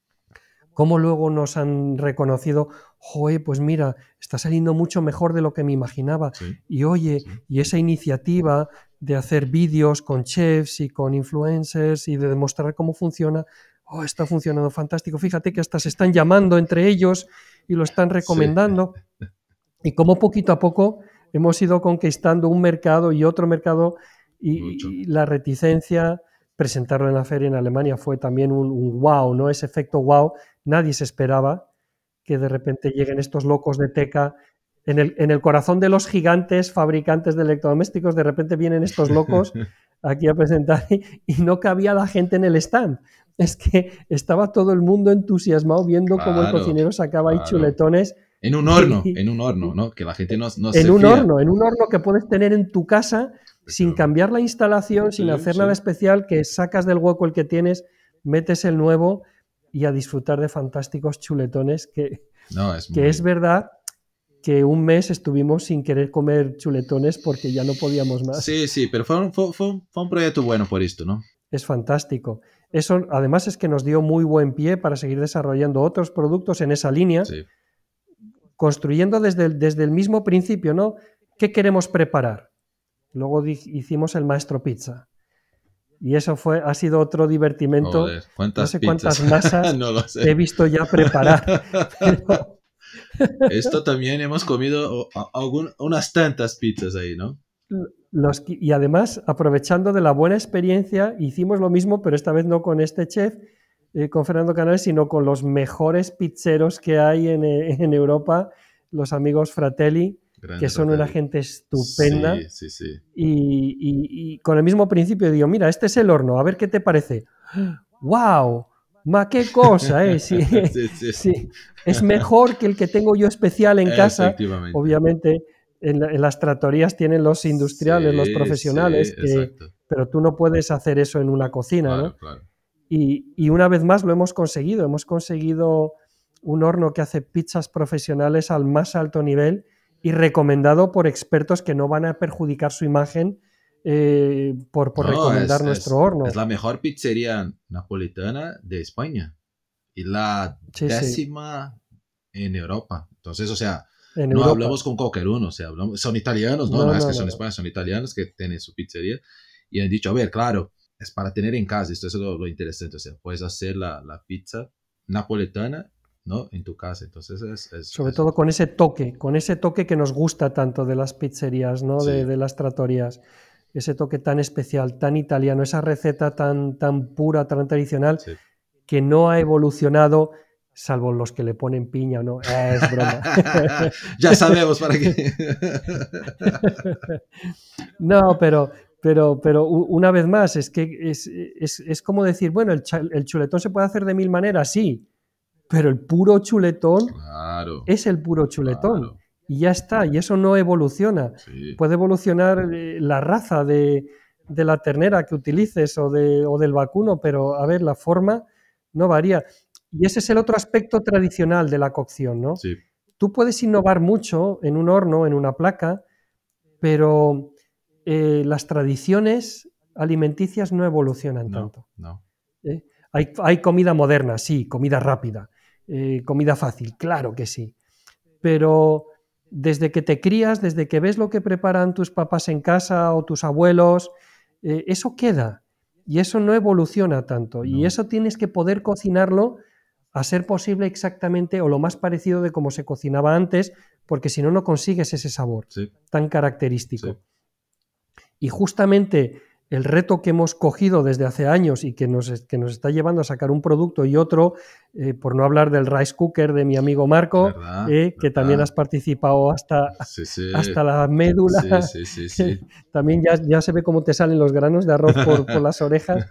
cómo luego nos han reconocido, joder, pues mira, está saliendo mucho mejor de lo que me imaginaba. Sí, Y oye, sí. y esa iniciativa de hacer vídeos con chefs y con influencers y de demostrar cómo funciona, oh, está funcionando fantástico. Fíjate que hasta se están llamando entre ellos y lo están recomendando. Y cómo poquito a poco hemos ido conquistando un mercado y otro mercado y, Mucho. y la reticencia, presentarlo en la feria en Alemania fue también un, un wow, ¿no? Ese efecto wow, nadie se esperaba que de repente lleguen estos locos de Teca en el, en el corazón de los gigantes fabricantes de electrodomésticos, de repente vienen estos locos aquí a presentar y, y no cabía la gente en el stand. Es que estaba todo el mundo entusiasmado viendo Claro, cómo el cocinero sacaba ahí claro. chuletones. En un horno, y- en un horno, ¿no? Que la gente no, no en se un fía. horno, en un horno que puedes tener en tu casa sin Pero- cambiar la instalación, sin Sí, hacer sí. nada especial, que sacas del hueco el que tienes, metes el nuevo y a disfrutar de fantásticos chuletones que, No, es que muy... es verdad que un mes estuvimos sin querer comer chuletones porque ya no podíamos más. Sí, sí, pero fue un, fue, fue un- fue un proyecto bueno por esto, ¿no? Es fantástico. Eso además es que nos dio muy buen pie para seguir desarrollando otros productos en esa línea, Sí. construyendo desde el, desde el mismo principio, ¿no? ¿Qué queremos preparar? Luego di- hicimos el Maestro Pizza. Y eso fue, ha sido otro divertimento. Joder, ¿cuántas No sé pizzas? cuántas masas No lo he sé. visto ya preparar. Pero Esto también hemos comido o- a- algún- unas tantas pizzas ahí, ¿no? los, qui- y además, aprovechando de la buena experiencia, hicimos lo mismo, pero esta vez no con este chef, eh, con Fernando Canales, sino con los mejores pizzeros que hay en, eh, en Europa, los amigos Fratelli, Grande que son una Fratelli. gente estupenda. Sí, sí, sí. Y, y- y con el mismo principio digo, mira, este es el horno, a ver qué te parece. ¡Wow! ¡Ma qué cosa! ¿Eh? Sí, Sí, sí. sí. Es mejor que el que tengo yo especial en casa. Efectivamente. Obviamente, en, la- en las tratorías tienen los industriales, los Sí, profesionales, sí, que, exacto. pero tú no puedes hacer eso en una cocina, Claro, ¿no? claro. Y, y una vez más lo hemos conseguido. Hemos conseguido un horno que hace pizzas profesionales al más alto nivel y recomendado por expertos que no van a perjudicar su imagen eh, por, por No, recomendar es, nuestro es- horno. es la mejor pizzería napolitana de España y la Sí, sí, décima en Europa. Entonces, o sea, en no Europa. hablamos con cualquier uno, o sea, hablamos, son italianos, no, No, no, es no, que son no. españoles, son italianos que tienen su pizzería y han dicho, a ver, claro, es para tener en casa, esto es lo, lo interesante, o sea, puedes hacer la, la pizza napolitana, ¿no? En tu casa, entonces es... es Sobre es- todo con ese toque, con ese toque que nos gusta tanto de las pizzerías, ¿no? Sí. De, de las trattorias. Ese toque tan especial, tan italiano, esa receta tan, tan pura, tan tradicional, sí. que no ha evolucionado, salvo los que le ponen piña o no. Eh, es broma. Ya sabemos para qué. No, pero, pero, pero u- una vez más, es que es, es, es como decir, bueno, el, cha- el chuletón se puede hacer de mil maneras, sí, pero el puro chuletón Claro, es el puro chuletón. claro, Y ya está, y eso no evoluciona. sí. Puede evolucionar eh, la raza de, de la ternera que utilices o, de, o del vacuno, pero a ver, la forma no varía. Y ese es el otro aspecto tradicional de la cocción, ¿no? Sí, Tú puedes innovar mucho en un horno, en una placa, pero eh, las tradiciones alimenticias no evolucionan no, tanto. no. ¿eh? Hay, hay comida moderna, sí, comida rápida, eh, comida fácil, claro que sí. Pero desde que te crías, desde que ves lo que preparan tus papás en casa o tus abuelos, eh, eso queda y eso no evoluciona tanto. Y No. eso tienes que poder cocinarlo a ser posible exactamente o lo más parecido de como se cocinaba antes, porque si no, no consigues ese sabor Sí, tan característico. sí. Y justamente el reto que hemos cogido desde hace años y que nos, que nos está llevando a sacar un producto y otro, eh, por no hablar del rice cooker de mi amigo Marco, ¿Verdad? eh, que ¿Verdad? también has participado hasta, Sí, sí. hasta la médula. Sí, sí, sí, sí. También ya, ya se ve cómo te salen los granos de arroz por, por las orejas.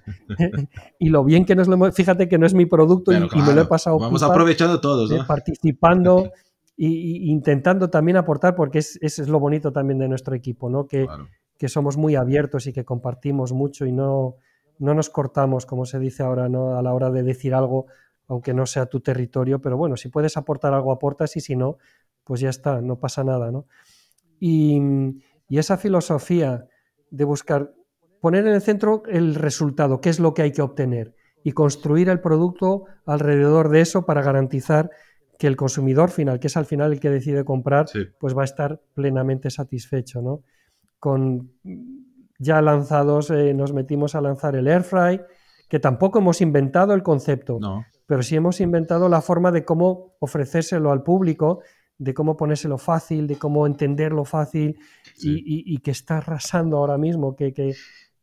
Y lo bien que nos lo hemos... Fíjate que no es mi producto Pero y, y me lo he claro, pasado vamos pipa, aprovechando todos, eh, ¿no? participando y, y intentando también aportar, porque es, es, es lo bonito también de nuestro equipo, ¿no? Que, Claro. que somos muy abiertos y que compartimos mucho y no, no nos cortamos, como se dice ahora, ¿no? A la hora de decir algo, aunque no sea tu territorio, pero bueno, si puedes aportar algo, aportas y si no, pues ya está, no pasa nada, ¿no? Y, y esa filosofía de buscar, poner en el centro el resultado, qué es lo que hay que obtener y construir el producto alrededor de eso para garantizar que el consumidor final, que es al final el que decide comprar, Sí. pues va a estar plenamente satisfecho, ¿no? Con ya lanzados, eh, nos metimos a lanzar el Airfry, que tampoco hemos inventado el concepto, No. pero sí hemos inventado la forma de cómo ofrecérselo al público, de cómo ponérselo fácil, de cómo entenderlo fácil Sí. y, y, y que está arrasando ahora mismo, que, que,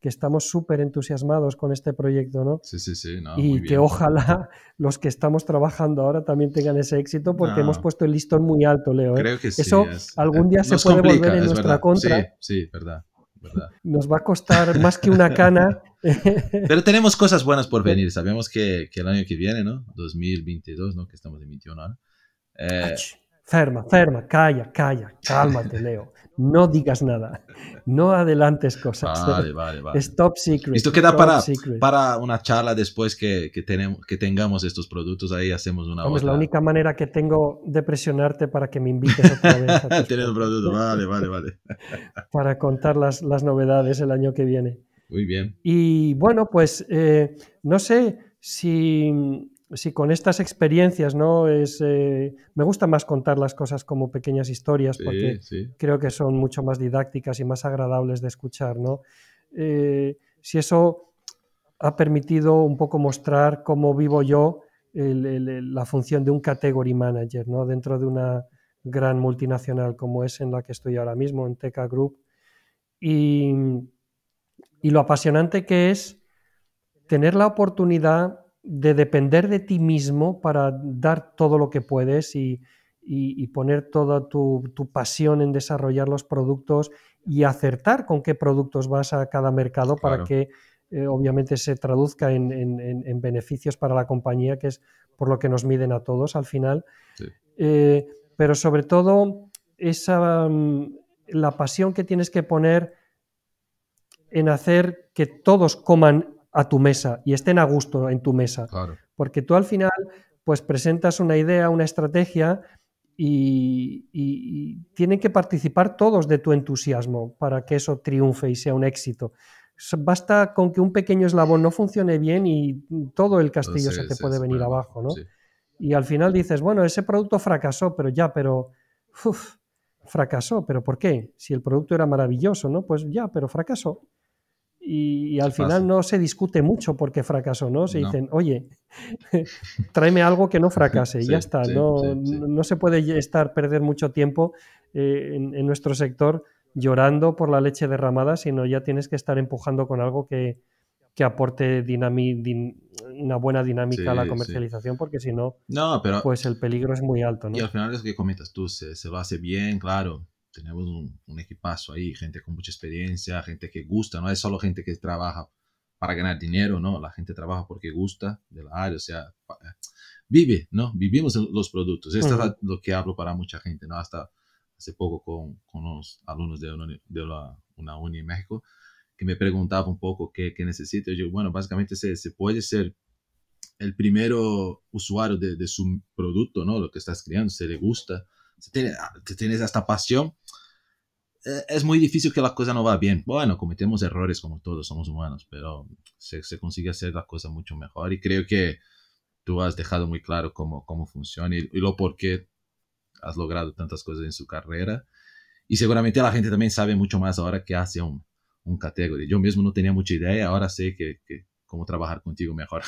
que estamos súper entusiasmados con este proyecto, ¿no? Sí, sí, sí, no, y muy que bien. ojalá los que estamos trabajando ahora también tengan ese éxito, porque No, hemos puesto el listón muy alto, Leo, ¿eh? creo que sí. Eso Es, algún día se nos puede complica, volver en es nuestra verdad. contra. Sí, sí, verdad, verdad. Nos va a costar más que una cana. Pero tenemos cosas buenas por venir. Sabemos que, que el año que viene, ¿no? dos mil veintidós, ¿no? Que estamos en veintiuno ahora. Eh... Ach, ferma, ferma, calla, calla, cálmate, Leo. No digas nada. No adelantes cosas. Vale, vale, vale. Es top secret. Esto queda top para, secret. para una charla después que, que, tenemos, que tengamos estos productos. Ahí hacemos una Hombre, otra. Es la única manera que tengo de presionarte para que me invites otra vez a Tener un producto, vale, vale, vale. para contar las, las novedades el año que viene. Muy bien. Y bueno, pues eh, no sé si, si con estas experiencias, ¿no? Es, eh, me gusta más contar las cosas como pequeñas historias Sí, porque sí. creo que son mucho más didácticas y más agradables de escuchar, ¿no? Eh, si eso ha permitido un poco mostrar cómo vivo yo el, el, la función de un category manager, ¿no? Dentro de una gran multinacional como es en la que estoy ahora mismo, en Teka Group. Y, y lo apasionante que es tener la oportunidad de depender de ti mismo para dar todo lo que puedes y, y, y poner toda tu, tu pasión en desarrollar los productos y acertar con qué productos vas a cada mercado Claro. para que eh, obviamente se traduzca en, en, en beneficios para la compañía, que es por lo que nos miden a todos al final. Sí. Eh, pero sobre todo esa, um, la pasión que tienes que poner en hacer que todos coman a tu mesa y estén a gusto en tu mesa. Claro. Porque tú al final pues presentas una idea, una estrategia y, y, y tienen que participar todos de tu entusiasmo para que eso triunfe y sea un éxito. Basta con que un pequeño eslabón no funcione bien y todo el castillo Sí, se te sí, puede se venir puede abajo, ¿no? Sí. Y al final dices, bueno, ese producto fracasó, pero ya, pero uf, fracasó, ¿pero por qué? Si el producto era maravilloso, ¿no? Pues ya, pero fracasó. Y, y al final Fácil. no se discute mucho porque fracasó, ¿no? Se No. dicen, oye, tráeme algo que no fracase y Sí, ya está. sí, no, sí, sí. no se puede estar, perder mucho tiempo eh, en, en nuestro sector llorando por la leche derramada, sino ya tienes que estar empujando con algo que, que aporte dinami, din, una buena dinámica a la Sí, sí. comercialización, porque si no, No, pero pues el peligro es muy alto, y ¿no? al final es lo que comentas tú, se, se lo hace bien, claro. Tenemos un, un equipazo ahí, gente con mucha experiencia, gente que gusta, no es solo gente que trabaja para ganar dinero, ¿no? La gente trabaja porque gusta de la área, o sea, pa- vive, ¿no? Vivimos los productos. Esto Ujú. es lo que hablo para mucha gente, ¿no? Hasta hace poco con, con unos alumnos de una, de la, una uni en México que me preguntaba un poco qué, qué necesito. Yo, bueno, básicamente se, se puede ser el primero usuario de, de su producto, ¿no? Lo que estás creando, se le gusta, se tiene, tienes esta pasión, eh, es muy difícil que la cosa no va bien. Bueno, cometemos errores como todos, somos humanos, pero se, se consigue hacer la cosa mucho mejor y creo que tú has dejado muy claro cómo, cómo funciona y, y lo por qué has logrado tantas cosas en su carrera. Y seguramente la gente también sabe mucho más ahora que hace un, un category. Yo mismo no tenía mucha idea, ahora sé que, que cómo trabajar contigo mejor.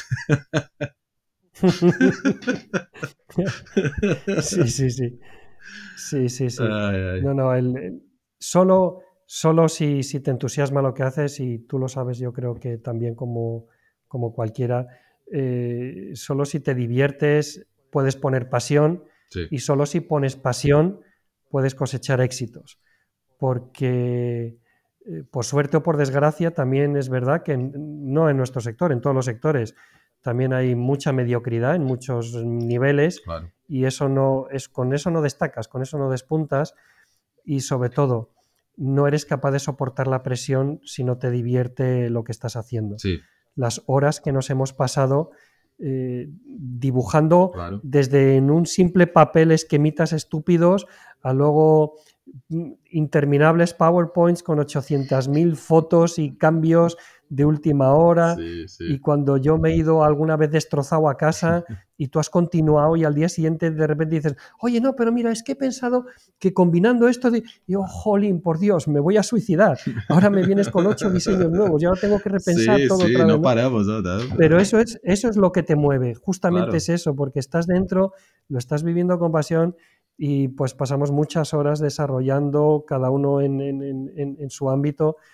Sí, sí, sí. Sí, sí, sí. Ay, ay. No, no, el, el- solo, solo si, si te entusiasma lo que haces, y tú lo sabes, yo creo que también como, como cualquiera, eh, solo si te diviertes puedes poner pasión Sí, y solo si pones pasión puedes cosechar éxitos. Porque, eh, por suerte o por desgracia, también es verdad que en- no en nuestro sector, en todos los sectores, también hay mucha mediocridad en muchos niveles claro. y eso no es, con eso no destacas, con eso no despuntas y sobre todo no eres capaz de soportar la presión si no te divierte lo que estás haciendo. Sí, Las horas que nos hemos pasado eh, dibujando claro. desde en un simple papel esquemitas estúpidos a luego mm, interminables PowerPoints con ochocientas mil fotos y cambios de última hora. Sí, sí. Y cuando yo me he ido alguna vez destrozado a casa y tú has continuado y al día siguiente de repente dices, oye, no, pero mira, es que he pensado que combinando esto, de... y yo, jolín, por Dios, me voy a suicidar. Ahora me vienes con ocho diseños nuevos y ahora tengo que repensar Sí, todo sí, otra vez, no ¿no? paramos, ¿no? No, Pero eso es, eso es lo que te mueve, justamente claro. es eso, porque estás dentro, lo estás viviendo con pasión y pues pasamos muchas horas desarrollando cada uno en, en, en, en su ámbito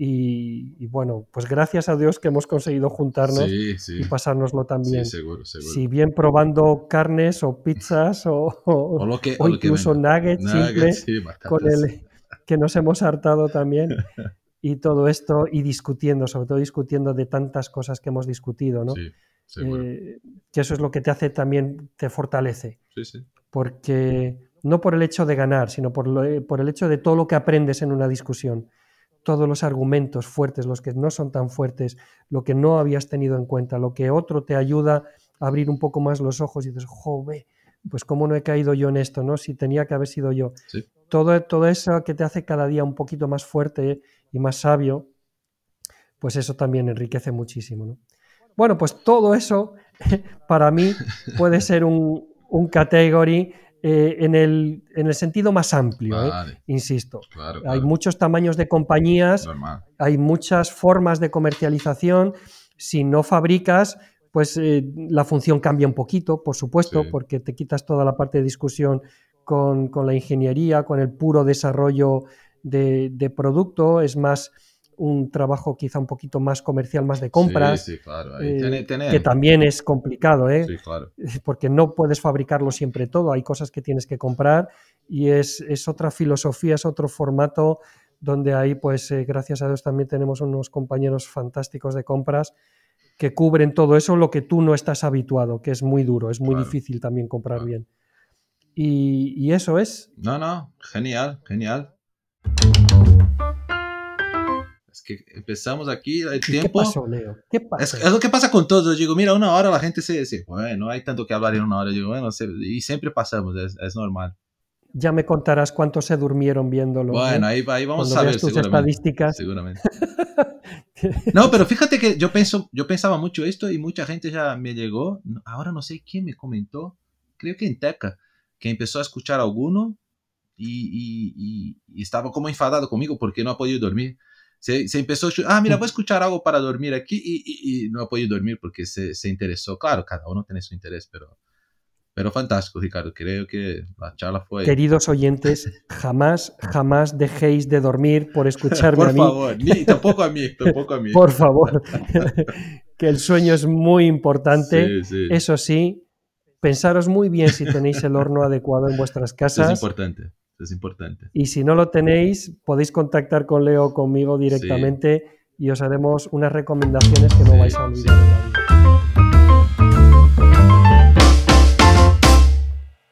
Y, y bueno, pues gracias a Dios que hemos conseguido juntarnos Sí, sí. y pasárnoslo tan bien. Sí, seguro, seguro. Si bien probando carnes o pizzas o, o, O lo que, o o lo que incluso venga. nuggets Nuggets, simples sí, con batatas. el que nos hemos hartado también. Y todo esto, y discutiendo, sobre todo discutiendo de tantas cosas que hemos discutido, ¿no? Sí, seguro. Eh, que eso es lo que te hace también, te fortalece. Sí, sí. Porque no por el hecho de ganar, sino por, lo, por el hecho de todo lo que aprendes en una discusión, todos los argumentos fuertes, los que no son tan fuertes, lo que no habías tenido en cuenta, lo que otro te ayuda a abrir un poco más los ojos y dices, joder, pues cómo no he caído yo en esto, ¿no? Si tenía que haber sido yo. Sí. Todo, todo eso que te hace cada día un poquito más fuerte y más sabio, pues eso también enriquece muchísimo, ¿no? Bueno, pues todo eso para mí puede ser un, un category eh, en, el, en el sentido más amplio, Vale. ¿eh? Insisto. Claro, Hay claro. muchos tamaños de compañías, Normal. hay muchas formas de comercialización. Si no fabricas, pues eh, la función cambia un poquito, por supuesto, Sí. porque te quitas toda la parte de discusión con, con la ingeniería, con el puro desarrollo de, de producto. Es más un trabajo quizá un poquito más comercial, más de compras, Sí, sí, claro. Ahí eh, tiene, tiene. que también es complicado, ¿eh? Sí, claro. Porque no puedes fabricarlo siempre todo, hay cosas que tienes que comprar y es, es otra filosofía, es otro formato donde ahí, pues eh, gracias a Dios también tenemos unos compañeros fantásticos de compras que cubren todo eso, lo que tú no estás habituado, que es muy duro, es muy Claro. difícil también comprar Claro. bien. Y, y eso es. No, no, genial, genial. Es que empezamos aquí el ¿Y tiempo. qué pasó, Leo? ¿Qué pasó? Es, es lo que pasa con todos. Yo digo, mira, una hora la gente se dice, bueno, no hay tanto que hablar en una hora. Yo digo, bueno, se, y siempre pasamos, es, es normal. Ya me contarás cuántos se durmieron viéndolo. Bueno, ¿eh? ahí, ahí vamos Cuando a veas ver, tus seguramente. estadísticas. Seguramente. No, pero fíjate que yo, pienso, yo pensaba mucho esto y mucha gente ya me llegó. Ahora no sé quién me comentó, creo que en Teca, que empezó a escuchar a alguno y, y, y, y estaba como enfadado conmigo porque no ha podido dormir. Se, se empezó a, ah, mira, voy a escuchar algo para dormir aquí y, y, y no ha podido dormir porque se, se interesó. Claro, cada uno tiene su interés, pero, pero fantástico, Ricardo. Creo que la charla fue... Queridos oyentes, jamás, jamás dejéis de dormir por escucharme por a mí. favor, ni, tampoco a mí, tampoco a mí. Por favor, que el sueño es muy importante. Sí, sí. Eso sí, pensaros muy bien si tenéis el horno adecuado en vuestras casas. Eso es importante, eso es importante. Y si no lo tenéis, podéis contactar con Leo o conmigo directamente Sí. y os haremos unas recomendaciones que no Sí, vais a olvidar sí. en la vida.